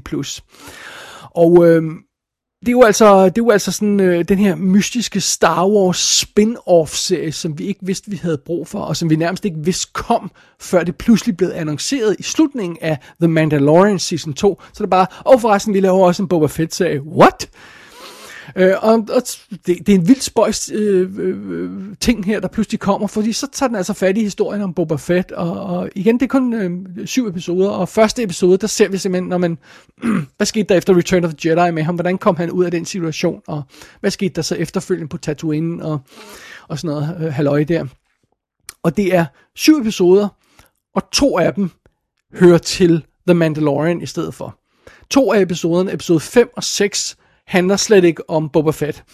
Og det er jo altså sådan den her mystiske Star Wars spin-off-serie, som vi ikke vidste, vi havde brug for, og som vi nærmest ikke vidste kom, før det pludselig blev annonceret i slutningen af The Mandalorian Season 2. Så det er bare, forresten, vi laver også en Boba Fett-serie. What? Og det er en vildt spøjs ting her, der pludselig kommer, fordi så tager den altså fat i historien om Boba Fett, og igen, det er kun 7 episoder, og første episode, der ser vi simpelthen, hvad skete der efter Return of the Jedi med ham, hvordan kom han ud af den situation, og hvad skete der så efterfølgende på Tatooine, og sådan noget halløj der. Og det er 7 episoder, og 2 af dem hører til The Mandalorian i stedet for. 2 af episoderne, episode 5 og 6, handler slet ikke om Boba Fett.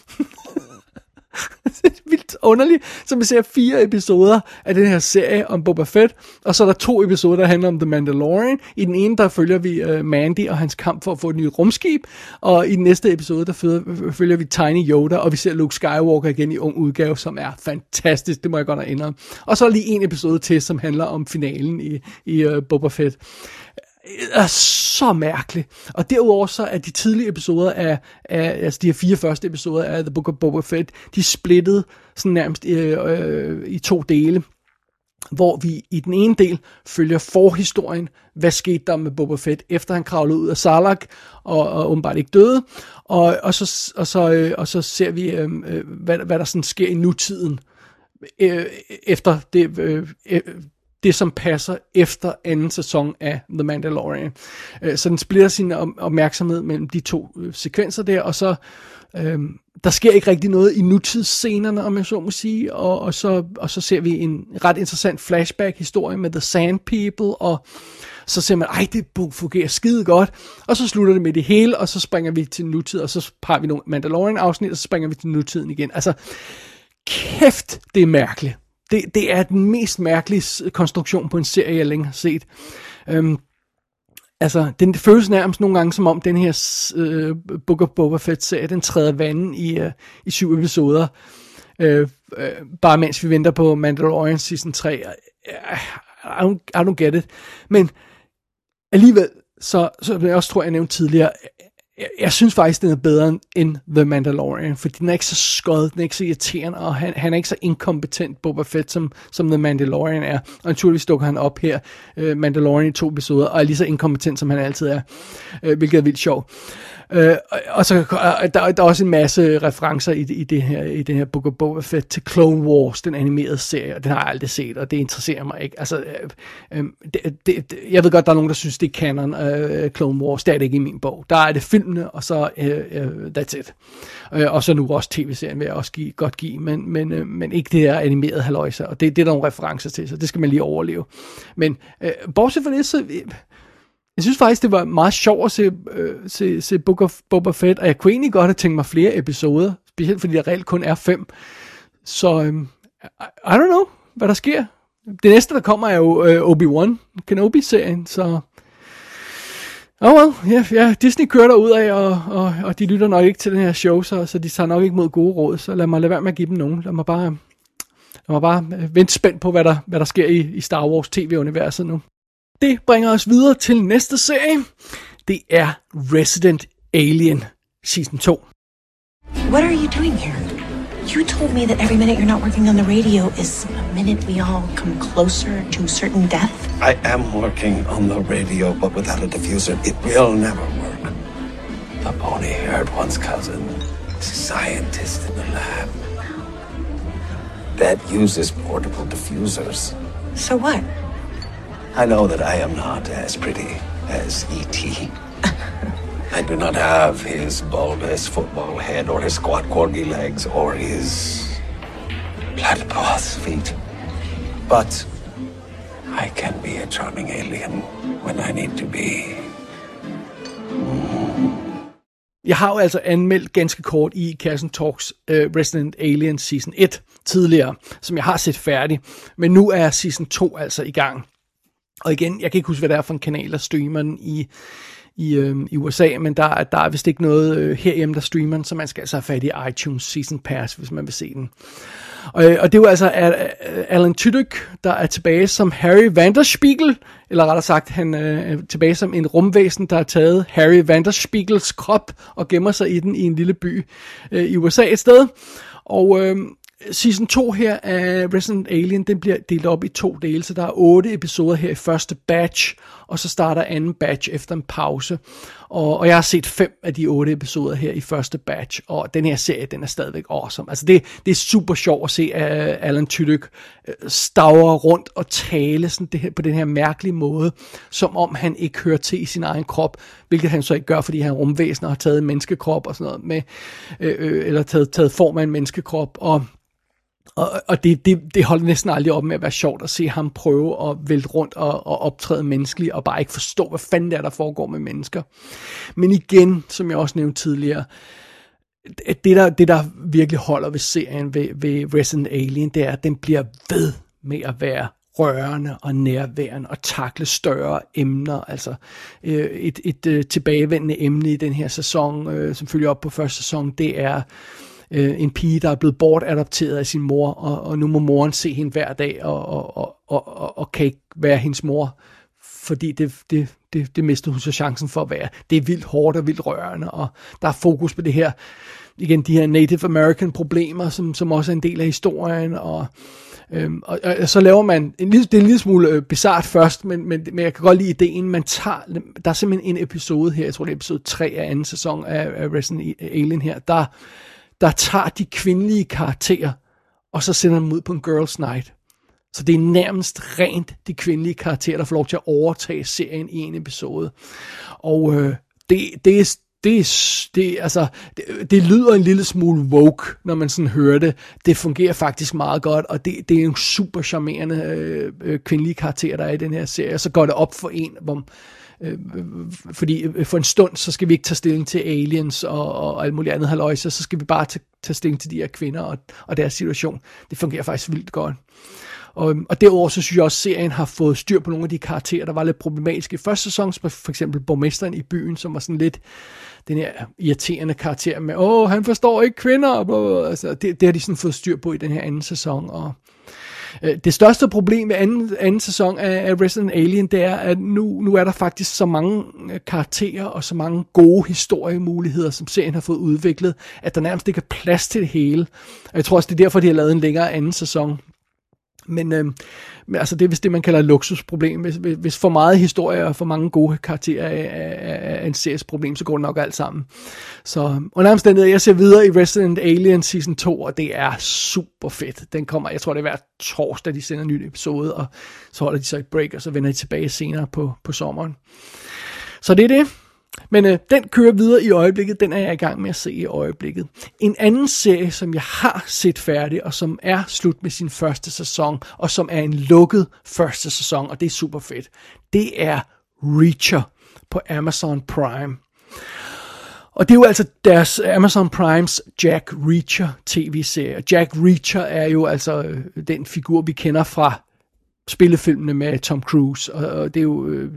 Det er vildt underligt. Så vi ser 4 episoder af den her serie om Boba Fett, og så er der 2 episoder, der handler om The Mandalorian. I den ene, der følger vi Mandy og hans kamp for at få et nyt rumskib, og i den næste episode, der følger vi Tiny Yoda, og vi ser Luke Skywalker igen i ung udgave, som er fantastisk, det må jeg godt have indrømme. Og så er lige en episode til, som handler om finalen i Boba Fett. Er så mærkeligt. Og derudover så er de tidlige episoder af altså de her 4 første episoder af The Book of Boba Fett, de er splittet sådan nærmest i 2 dele, hvor vi i den ene del følger forhistorien, hvad skete der med Boba Fett, efter han kravlede ud af Sarlacc og åbenbart ikke døde, og så ser vi, hvad der sådan sker i nutiden, efter det, som passer efter anden sæson af The Mandalorian. Så den splitter sin opmærksomhed mellem de 2 sekvenser der, og så der sker ikke rigtig noget i nutidsscenerne, om jeg så må sige, og så ser vi en ret interessant flashback-historie med The Sand People, og så ser man, det fungerer skide godt, og så slutter det med det hele, og så springer vi til nutid, og så har vi nogle Mandalorian-afsnit, og så springer vi til nutiden igen. Altså, kæft, det er mærkeligt. Det er den mest mærkelige konstruktion på en serie, jeg længe har set. Altså, den føles nærmest nogle gange som om den her Book of Boba Fett-serie, den træder vandet i 7 episoder. Bare mens vi venter på Mandalorian Season 3. I don't get it. Men alligevel, så jeg også tror, jeg nævnte tidligere, jeg synes faktisk, den er bedre end The Mandalorian, fordi den er ikke så skød, den er ikke så irriterende, og han er ikke så inkompetent, Boba Fett, som The Mandalorian er. Og naturligvis dukker han op her, Mandalorian i 2 episoder, og er lige så inkompetent, som han altid er, hvilket er vildt sjovt. Og så der er også en masse referencer i den her Book of Boba Fett til Clone Wars, den animerede serie, og den har jeg aldrig set, og det interesserer mig ikke. Altså, jeg ved godt, der er nogen, der synes, det er canon, Clone Wars, det er det ikke i min bog. Der er det filmene, og så that's it. Og så nu også tv-serien vil jeg også godt give, men ikke det der animerede halløjser, og det er der nogle referencer til, så det skal man lige overleve. Men bortset fra det, så jeg synes faktisk, det var meget sjovt at se Book of Boba Fett, og jeg kunne egentlig godt have tænkt mig flere episoder, specielt fordi der reelt kun er 5. Så I don't know, hvad der sker. Det næste, der kommer, er jo Obi-Wan Kenobi-serien, så Disney kører derud af, og de lytter nok ikke til den her show, så de tager nok ikke mod gode råd, så lad mig lade være med at give dem nogen. Lad mig bare vente spændt på, hvad der sker i Star Wars tv-universet nu. Det bringer os videre til næste serie. Det er Resident Alien Season 2. What are you doing here? You told me that every minute you're not working on the radio is a minute we all come closer to certain death. I am working on the radio, but without a diffuser, it will never work. The pony-haired one's cousin is a scientist in the lab that uses portable diffusers. So what? I know that I am not as pretty as E.T. I do not have his bulbous football head or his squat corgi legs or his platypus feet. But I can be a charming alien when I need to be. Jeg har jo altså anmeldt ganske kort i Kassen Talks Resident Alien Season 1 tidligere, som jeg har set færdig. Men nu er Season 2 altså i gang. Og igen, jeg kan ikke huske, hvad det er for en kanal, der streamer den i USA, men der er vist ikke noget herhjemme, der streamer den, så man skal altså have fat i iTunes Season Pass, hvis man vil se den. Og det er jo altså Alan Tudyk, der er tilbage som Harry Vanderspiegel, eller rettere sagt, han er tilbage som en rumvæsen, der har taget Harry Vanderspiegels krop og gemmer sig i den i en lille by i USA et sted. Og season 2 her af Resident Alien, den bliver delt op i 2 dele, så der er 8 episoder her i første batch, og så starter anden batch efter en pause. Og jeg har set 5 af de 8 episoder her i første batch, og den her serie, den er stadigvæk awesome. Altså det er super sjovt at se Alan Tudyk stavre rundt og tale sådan det her, på den her mærkelige måde, som om han ikke hører til i sin egen krop, hvilket han så ikke gør, fordi han er rumvæsen og har taget en menneskekrop og sådan noget med, eller taget form af en menneskekrop, og det holder næsten aldrig op med at være sjovt at se ham prøve at vælte rundt og optræde menneskeligt, og bare ikke forstå, hvad fanden der foregår med mennesker. Men igen, som jeg også nævnte tidligere, det der virkelig holder ved serien ved Resident Alien, det er, at den bliver ved med at være rørende og nærværende og takle større emner. Altså et tilbagevendende emne i den her sæson, som følger op på første sæson, det er en pige, der er blevet bortadopteret af sin mor, og nu må moren se hende hver dag, og kan ikke være hendes mor, fordi det mister hun så chancen for at være. Det er vildt hårdt og vildt rørende, og der er fokus på det her, igen, de her Native American problemer, som også er en del af historien, og så laver man, det er en lille smule bizarrt først, men jeg kan godt lide ideen, der er simpelthen en episode her, jeg tror det er episode 3 af anden sæson af Resident Alien her, der tager de kvindelige karakterer, og så sender dem ud på en girls night. Så det er nærmest rent de kvindelige karakterer, der får lov til at overtage serien i en episode. Og det lyder en lille smule woke, når man sådan hører det. Det fungerer faktisk meget godt, og det er en super charmerende kvindelige karakterer, der er i den her serie. Så går det op for en, hvor fordi for en stund, så skal vi ikke tage stilling til aliens og alt muligt andet halløjse, så skal vi bare tage stilling til de her kvinder og deres situation. Det fungerer faktisk vildt godt. Og derudover så synes jeg også, at serien har fået styr på nogle af de karakterer, der var lidt problematiske i første sæson, for eksempel borgmesteren i byen, som var sådan lidt den her irriterende karakter med, han forstår ikke kvinder, altså, det har de sådan fået styr på i den her anden sæson, og det største problem med anden sæson af Resident Alien, det er, at nu er der faktisk så mange karakterer og så mange gode historiemuligheder, som serien har fået udviklet, at der nærmest ikke er plads til det hele. Og jeg tror også, det er derfor, de har lavet en længere anden sæson. Men altså det er vist det, man kalder et luksusproblem. Hvis for meget historie og for mange gode karakterer er en series problem, så går det nok alt sammen. Så under omstændigheder, jeg ser videre i Resident Alien Season 2, og det er super fedt. Den kommer, jeg tror det er hver torsdag, de sender en ny episode, og så holder de så et break, og så vender de tilbage senere på sommeren. Så det er det. Men den kører videre i øjeblikket, den er jeg i gang med at se i øjeblikket. En anden serie, som jeg har set færdig, og som er slut med sin første sæson, og som er en lukket første sæson, og det er super fedt, det er Reacher på Amazon Prime. Og det er jo altså deres Amazon Primes Jack Reacher tv-serie. Jack Reacher er jo altså den figur, vi kender fra spillefilmene med Tom Cruise, og det er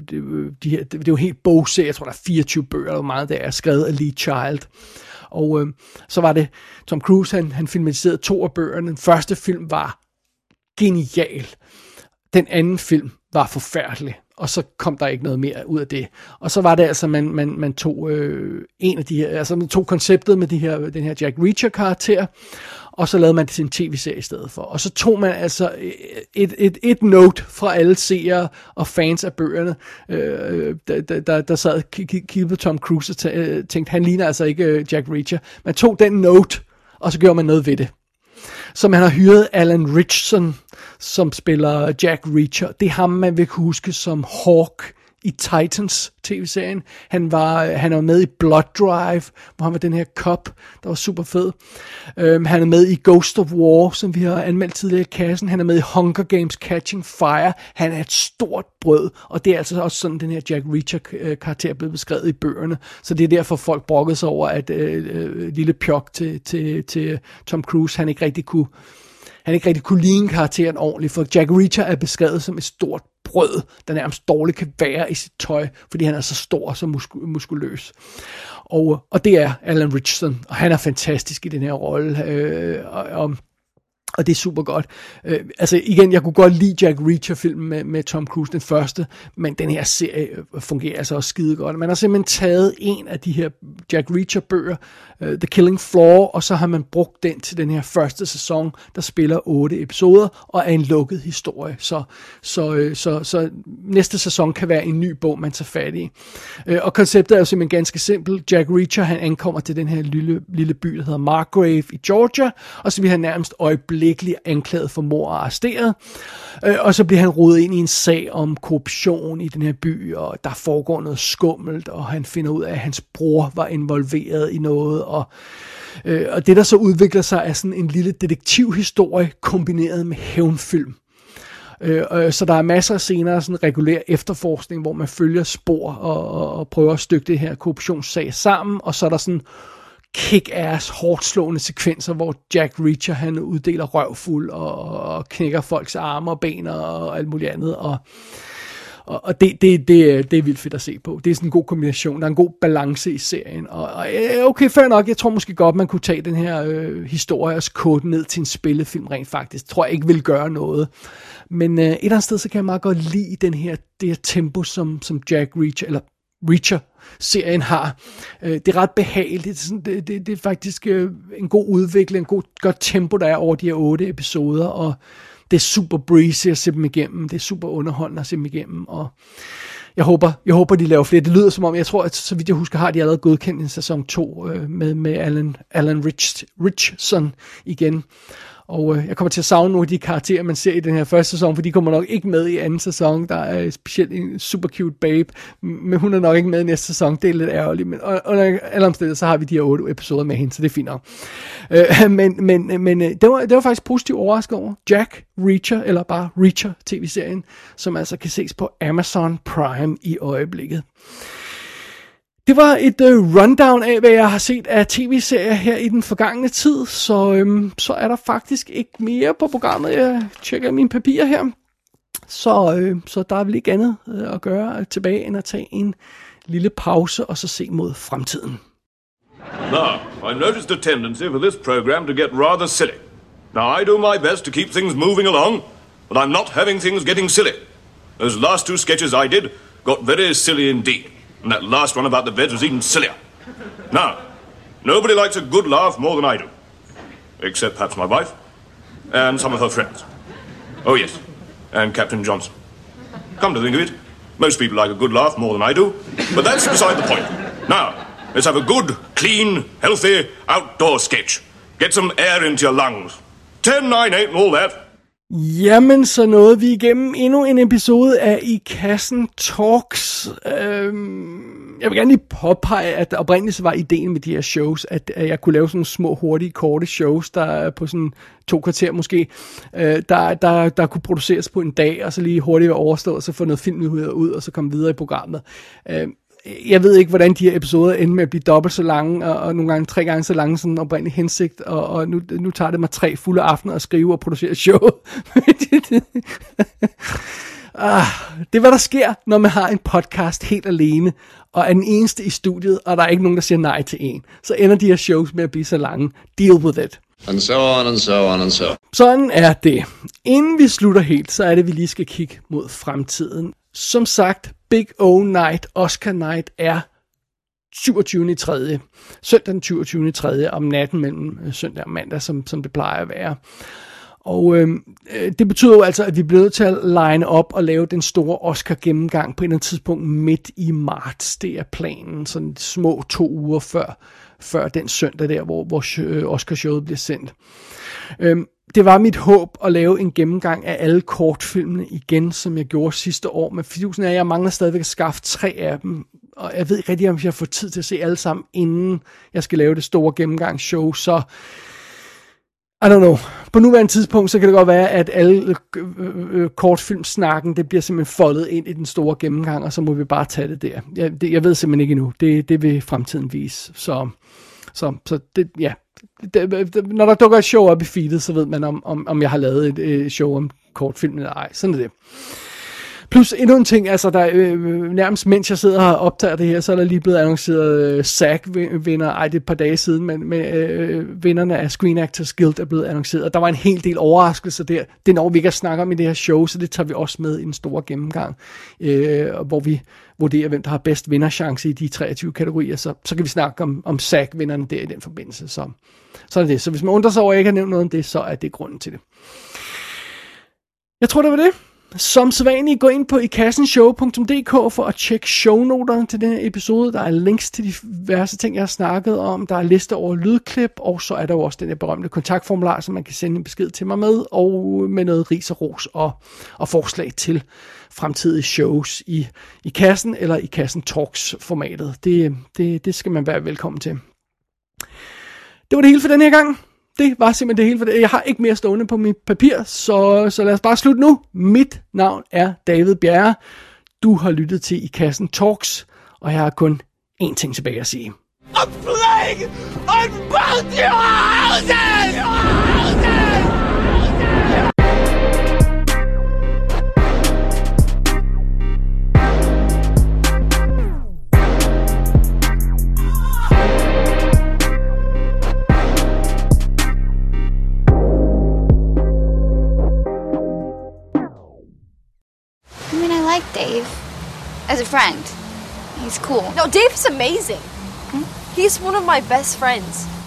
jo helt bogserie, jeg tror der er 24 bøger, og meget der er skrevet af Lee Child. Og så var det Tom Cruise, han filmatiserede 2 af bøgerne. Den første film var genial. Den anden film var forfærdelig, og så kom der ikke noget mere ud af det. Og så var det altså, man tog en af de her, altså man tog konceptet med den her Jack Reacher karakter, og så lavede man det til en tv-serie i stedet for. Og så tog man altså et note fra alle seere og fans af bøgerne, der sad og kiggede på Tom Cruise og tænkte, han ligner altså ikke Jack Reacher. Man tog den note, og så gjorde man noget ved det. Så man har hyret Alan Ritchson, som spiller Jack Reacher. Det er ham, man vil huske som Hawk i Titans tv-serien. Han var med i Blood Drive, hvor han var den her cop, der var super fed. Han er med i Ghost of War, som vi har anmeldt tidligere i kassen. Han er med i Hunger Games Catching Fire. Han er et stort brød, og det er altså også sådan, den her Jack Reacher-karakter blev beskrevet i bøgerne. Så det er derfor, folk brokkede sig over, at lille pjok til Tom Cruise, han ikke rigtig kunne han ikke rigtig kunne ligne karakteren ordentligt, for Jack Reacher er beskrevet som et stort brød, der nærmest dårligt kan være i sit tøj, fordi han er så stor og så muskuløs. Og det er Alan Ritchson, og han er fantastisk i den her rolle, og det er super godt. Altså igen, jeg kunne godt lide Jack Reacher-filmen med Tom Cruise, den første, men den her serie fungerer altså også skide godt. Man har simpelthen taget en af de her Jack Reacher-bøger, The Killing Floor, og så har man brugt den til den her første sæson, der spiller 8 episoder, og er en lukket historie. Så næste sæson kan være en ny bog, man tager fat i. Og konceptet er jo simpelthen ganske simpelt. Jack Reacher, han ankommer til den her lille by, der hedder Margrave i Georgia, og så bliver han nærmest øjeblikkeligt anklaget for mord og arresteret. Og så bliver han rodet ind i en sag om korruption i den her by, og der foregår noget skummelt, og han finder ud af, at hans bror var involveret i noget, og det der så udvikler sig er sådan en lille detektivhistorie kombineret med hævnfilm. Så der er masser af scener af sådan regulær efterforskning, hvor man følger spor og prøver at stykke det her korruptionssag sammen, og så er der sådan kick-ass, hårdslående sekvenser, hvor Jack Reacher, han uddeler røvfuld og knækker folks arme og ben og alt muligt andet, og det er vildt fedt at se på. Det er sådan en god kombination. Der er en god balance i serien. Og okay, fair nok. Jeg tror måske godt, man kunne tage den her historie og kode ned til en spillefilm rent faktisk. Jeg tror jeg ikke vil gøre noget. Men et eller andet sted, så kan jeg meget godt lide det her tempo, som Jack Reacher, eller Reacher-serien har. Det er ret behageligt. Det er faktisk en god udvikling, godt tempo, der er over de her 8 episoder, og det er super breezy at se dem igennem. Det er super underholdende at se dem igennem, og jeg håber, de laver flere. Det lyder som om, jeg tror, at så vidt jeg husker, har de allerede godkendt en sæson 2 med Alan Ritchson igen. Og jeg kommer til at savne nogle af de karakterer, man ser i den her første sæson, for de kommer nok ikke med i anden sæson. Der er specielt en super cute babe, men hun er nok ikke med i næste sæson. Det er lidt ærgerligt, men under alle omstændigheder, så har vi de her 8 episoder med hende, så det er fint nok. Men det var faktisk positivt overrasket over Jack Reacher, eller bare Reacher tv-serien, som altså kan ses på Amazon Prime i øjeblikket. Det var et rundown af, hvad jeg har set af tv-serier her i den forgangne tid, så er der faktisk ikke mere på programmet. Jeg tjekker mine papirer her, så der er vel ikke andet at gøre tilbage, end at tage en lille pause og så se mod fremtiden. Now, I noticed a tendency for this program to get rather silly. Now, I do my best to keep things moving along, but I'm not having things getting silly. Those last 2 sketches I did got very silly indeed. And that last one about the bed was even sillier. Now, nobody likes a good laugh more than I do. Except perhaps my wife. And some of her friends. Oh yes, and Captain Johnson. Come to think of it, most people like a good laugh more than I do. But that's beside the point. Now, let's have a good, clean, healthy, outdoor sketch. Get some air into your lungs. 10, 9, 8 and all that. Jamen, så nåede vi igennem endnu en episode af I Kassen Talks. Jeg vil gerne lige påpege, at oprindeligt var ideen med de her shows, at jeg kunne lave sådan nogle små, hurtige, korte shows, der på sådan 2 kvarter måske, der kunne produceres på en dag, og så lige hurtigt være overstået, og så få noget filmnyheder ud, og så komme videre i programmet. Jeg ved ikke, hvordan de her episoder ender med at blive dobbelt så lange, og nogle gange 3 gange så lange, sådan oprindelig hensigt, og nu tager det mig 3 fulde aftener at skrive og producere show. Det er, hvad der sker, når man har en podcast helt alene, og er den eneste i studiet, og der er ikke nogen, der siger nej til en. Så ender de her shows med at blive så lange. Deal with it. And so on and so on and so. Sådan er det. Inden vi slutter helt, så er det, vi lige skal kigge mod fremtiden. Som sagt, Big O Night, Oscar Night, er 27.3. Søndag den 27.3. om natten mellem søndag og mandag, som det plejer at være. Og det betyder jo altså, at vi bliver nødt til at line op og lave den store Oscar-gennemgang på et eller andet tidspunkt midt i marts. Det er planen, sådan små 2 uger før den søndag der, hvor Oscar-showet bliver sendt. Det var mit håb at lave en gennemgang af alle kortfilmene igen, som jeg gjorde sidste år. Men fidusen er, at jeg mangler stadigvæk at skaffe 3 af dem. Og jeg ved ikke rigtig, om jeg får tid til at se alle sammen, inden jeg skal lave det store gennemgangsshow. Så I don't know. På nuværende tidspunkt, så kan det godt være, at alle kortfilmsnakken, det bliver simpelthen foldet ind i den store gennemgang, og så må vi bare tage det der. Jeg ved simpelthen ikke endnu. Det vil fremtiden vise. Så Så det, ja. Når der dukker et show op i feedet, så ved man, om jeg har lavet et show om kortfilm eller ej. Sådan er det. Plus endnu en ting, altså der nærmest mens jeg sidder og optager det her, så er der lige blevet annonceret SAG-vinder, det er et par dage siden, men vinderne af Screen Actors Guild er blevet annonceret, og der var en hel del overraskelser der. Det når vi ikke at snakke om i det her show, så det tager vi også med i en stor gennemgang, hvor vi vurderer, hvem der har bedst vinderchance i de 23 kategorier, så kan vi snakke om SAG-vinderne der i den forbindelse. Så er det. Så hvis man undrer sig over, at jeg ikke har nævnt noget om det, så er det grunden til det. Jeg tror, det var det. Som sædvanligt, gå ind på ikassenshow.dk for at tjekke shownoterne til denne episode. Der er links til de diverse ting, jeg har snakket om. Der er lister over lydklip, og så er der jo også den her berømte kontaktformular, som man kan sende en besked til mig med, og med noget ris og ros og forslag til fremtidige shows i kassen eller i Kassen Talks formatet. Det skal man være velkommen til. Det var det hele for den her gang. Det var simpelthen det hele for det. Jeg har ikke mere stående på mit papir, så lad os bare slutte nu. Mit navn er David Bjerre. Du har lyttet til I Kassen Talks, og jeg har kun én ting tilbage at sige. A plague on both your houses! Dave, as a friend. He's cool. No, Dave's amazing. He's one of my best friends.